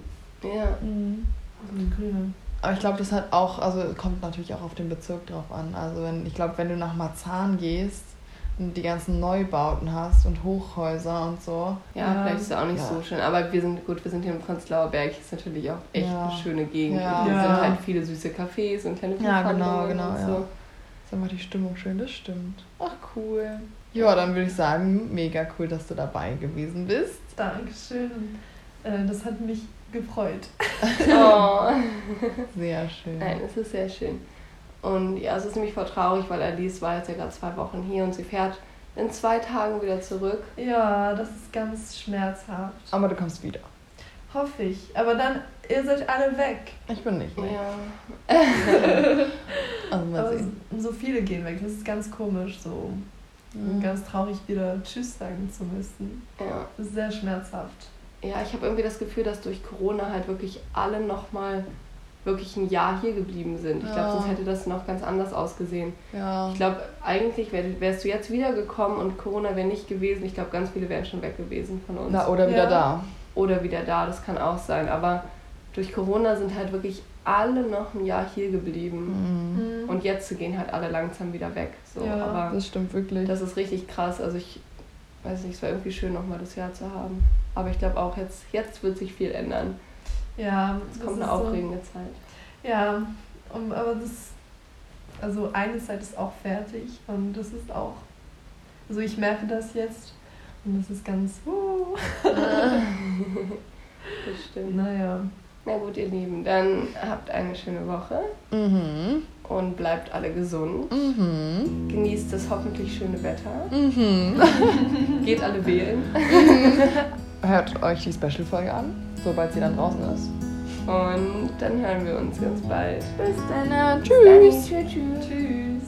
grüne. Aber ich glaube, das hat auch, also kommt natürlich auch auf den Bezirk drauf an. Also wenn du nach Marzahn gehst und die ganzen Neubauten hast und Hochhäuser und so. Ja, vielleicht ist es auch nicht so schön. Aber wir sind hier im Prenzlauer Berg, ist natürlich auch echt eine schöne Gegend. Ja. Und hier sind halt viele süße Cafés und kleine Buchhandlungen genau, und so. Ja. Ist einfach die Stimmung schön, das stimmt. Ach, cool. Ja, dann würde ich sagen, mega cool, dass du dabei gewesen bist. Dankeschön. Das hat mich gefreut. Oh. Sehr schön. Nein, es ist sehr schön. Und ja, es ist nämlich voll traurig, weil Alice war jetzt ja gerade 2 Wochen hier und sie fährt in 2 Tagen wieder zurück. Ja, das ist ganz schmerzhaft. Aber du kommst wieder. Hoffe ich. Aber dann, ihr seid alle weg. Ich bin nicht weg. Ja. Also mal sehen. So viele gehen weg. Das ist ganz komisch, so ganz traurig wieder Tschüss sagen zu müssen. Ja. Das ist sehr schmerzhaft. Ja, ich habe irgendwie das Gefühl, dass durch Corona halt wirklich alle nochmal wirklich ein Jahr hier geblieben sind. Ich glaube, sonst hätte das noch ganz anders ausgesehen. Ja. Ich glaube, eigentlich wärst du jetzt wiedergekommen und Corona wäre nicht gewesen. Ich glaube, ganz viele wären schon weg gewesen von uns. Na, oder wieder da. Oder wieder da, das kann auch sein. Aber durch Corona sind halt wirklich alle noch ein Jahr hier geblieben. Und jetzt gehen halt alle langsam wieder weg. So. Ja, aber das stimmt wirklich. das ist richtig krass. Also ich weiß nicht, es war irgendwie schön, nochmal das Jahr zu haben. Aber ich glaube auch, jetzt wird sich viel ändern. Ja, Es kommt eine aufregende Zeit. Ja, aber also eine Zeit ist auch fertig und das ist auch, also ich merke das jetzt und das ist ganz, Das stimmt. naja. Na gut, ihr Lieben, dann habt eine schöne Woche und bleibt alle gesund. Genießt das hoffentlich schöne Wetter. Geht alle wählen. Hört euch die Special-Folge an, sobald sie dann draußen ist. Und dann hören wir uns ganz bald. Bis dann. Tschüss. Tschüss. Tschüss.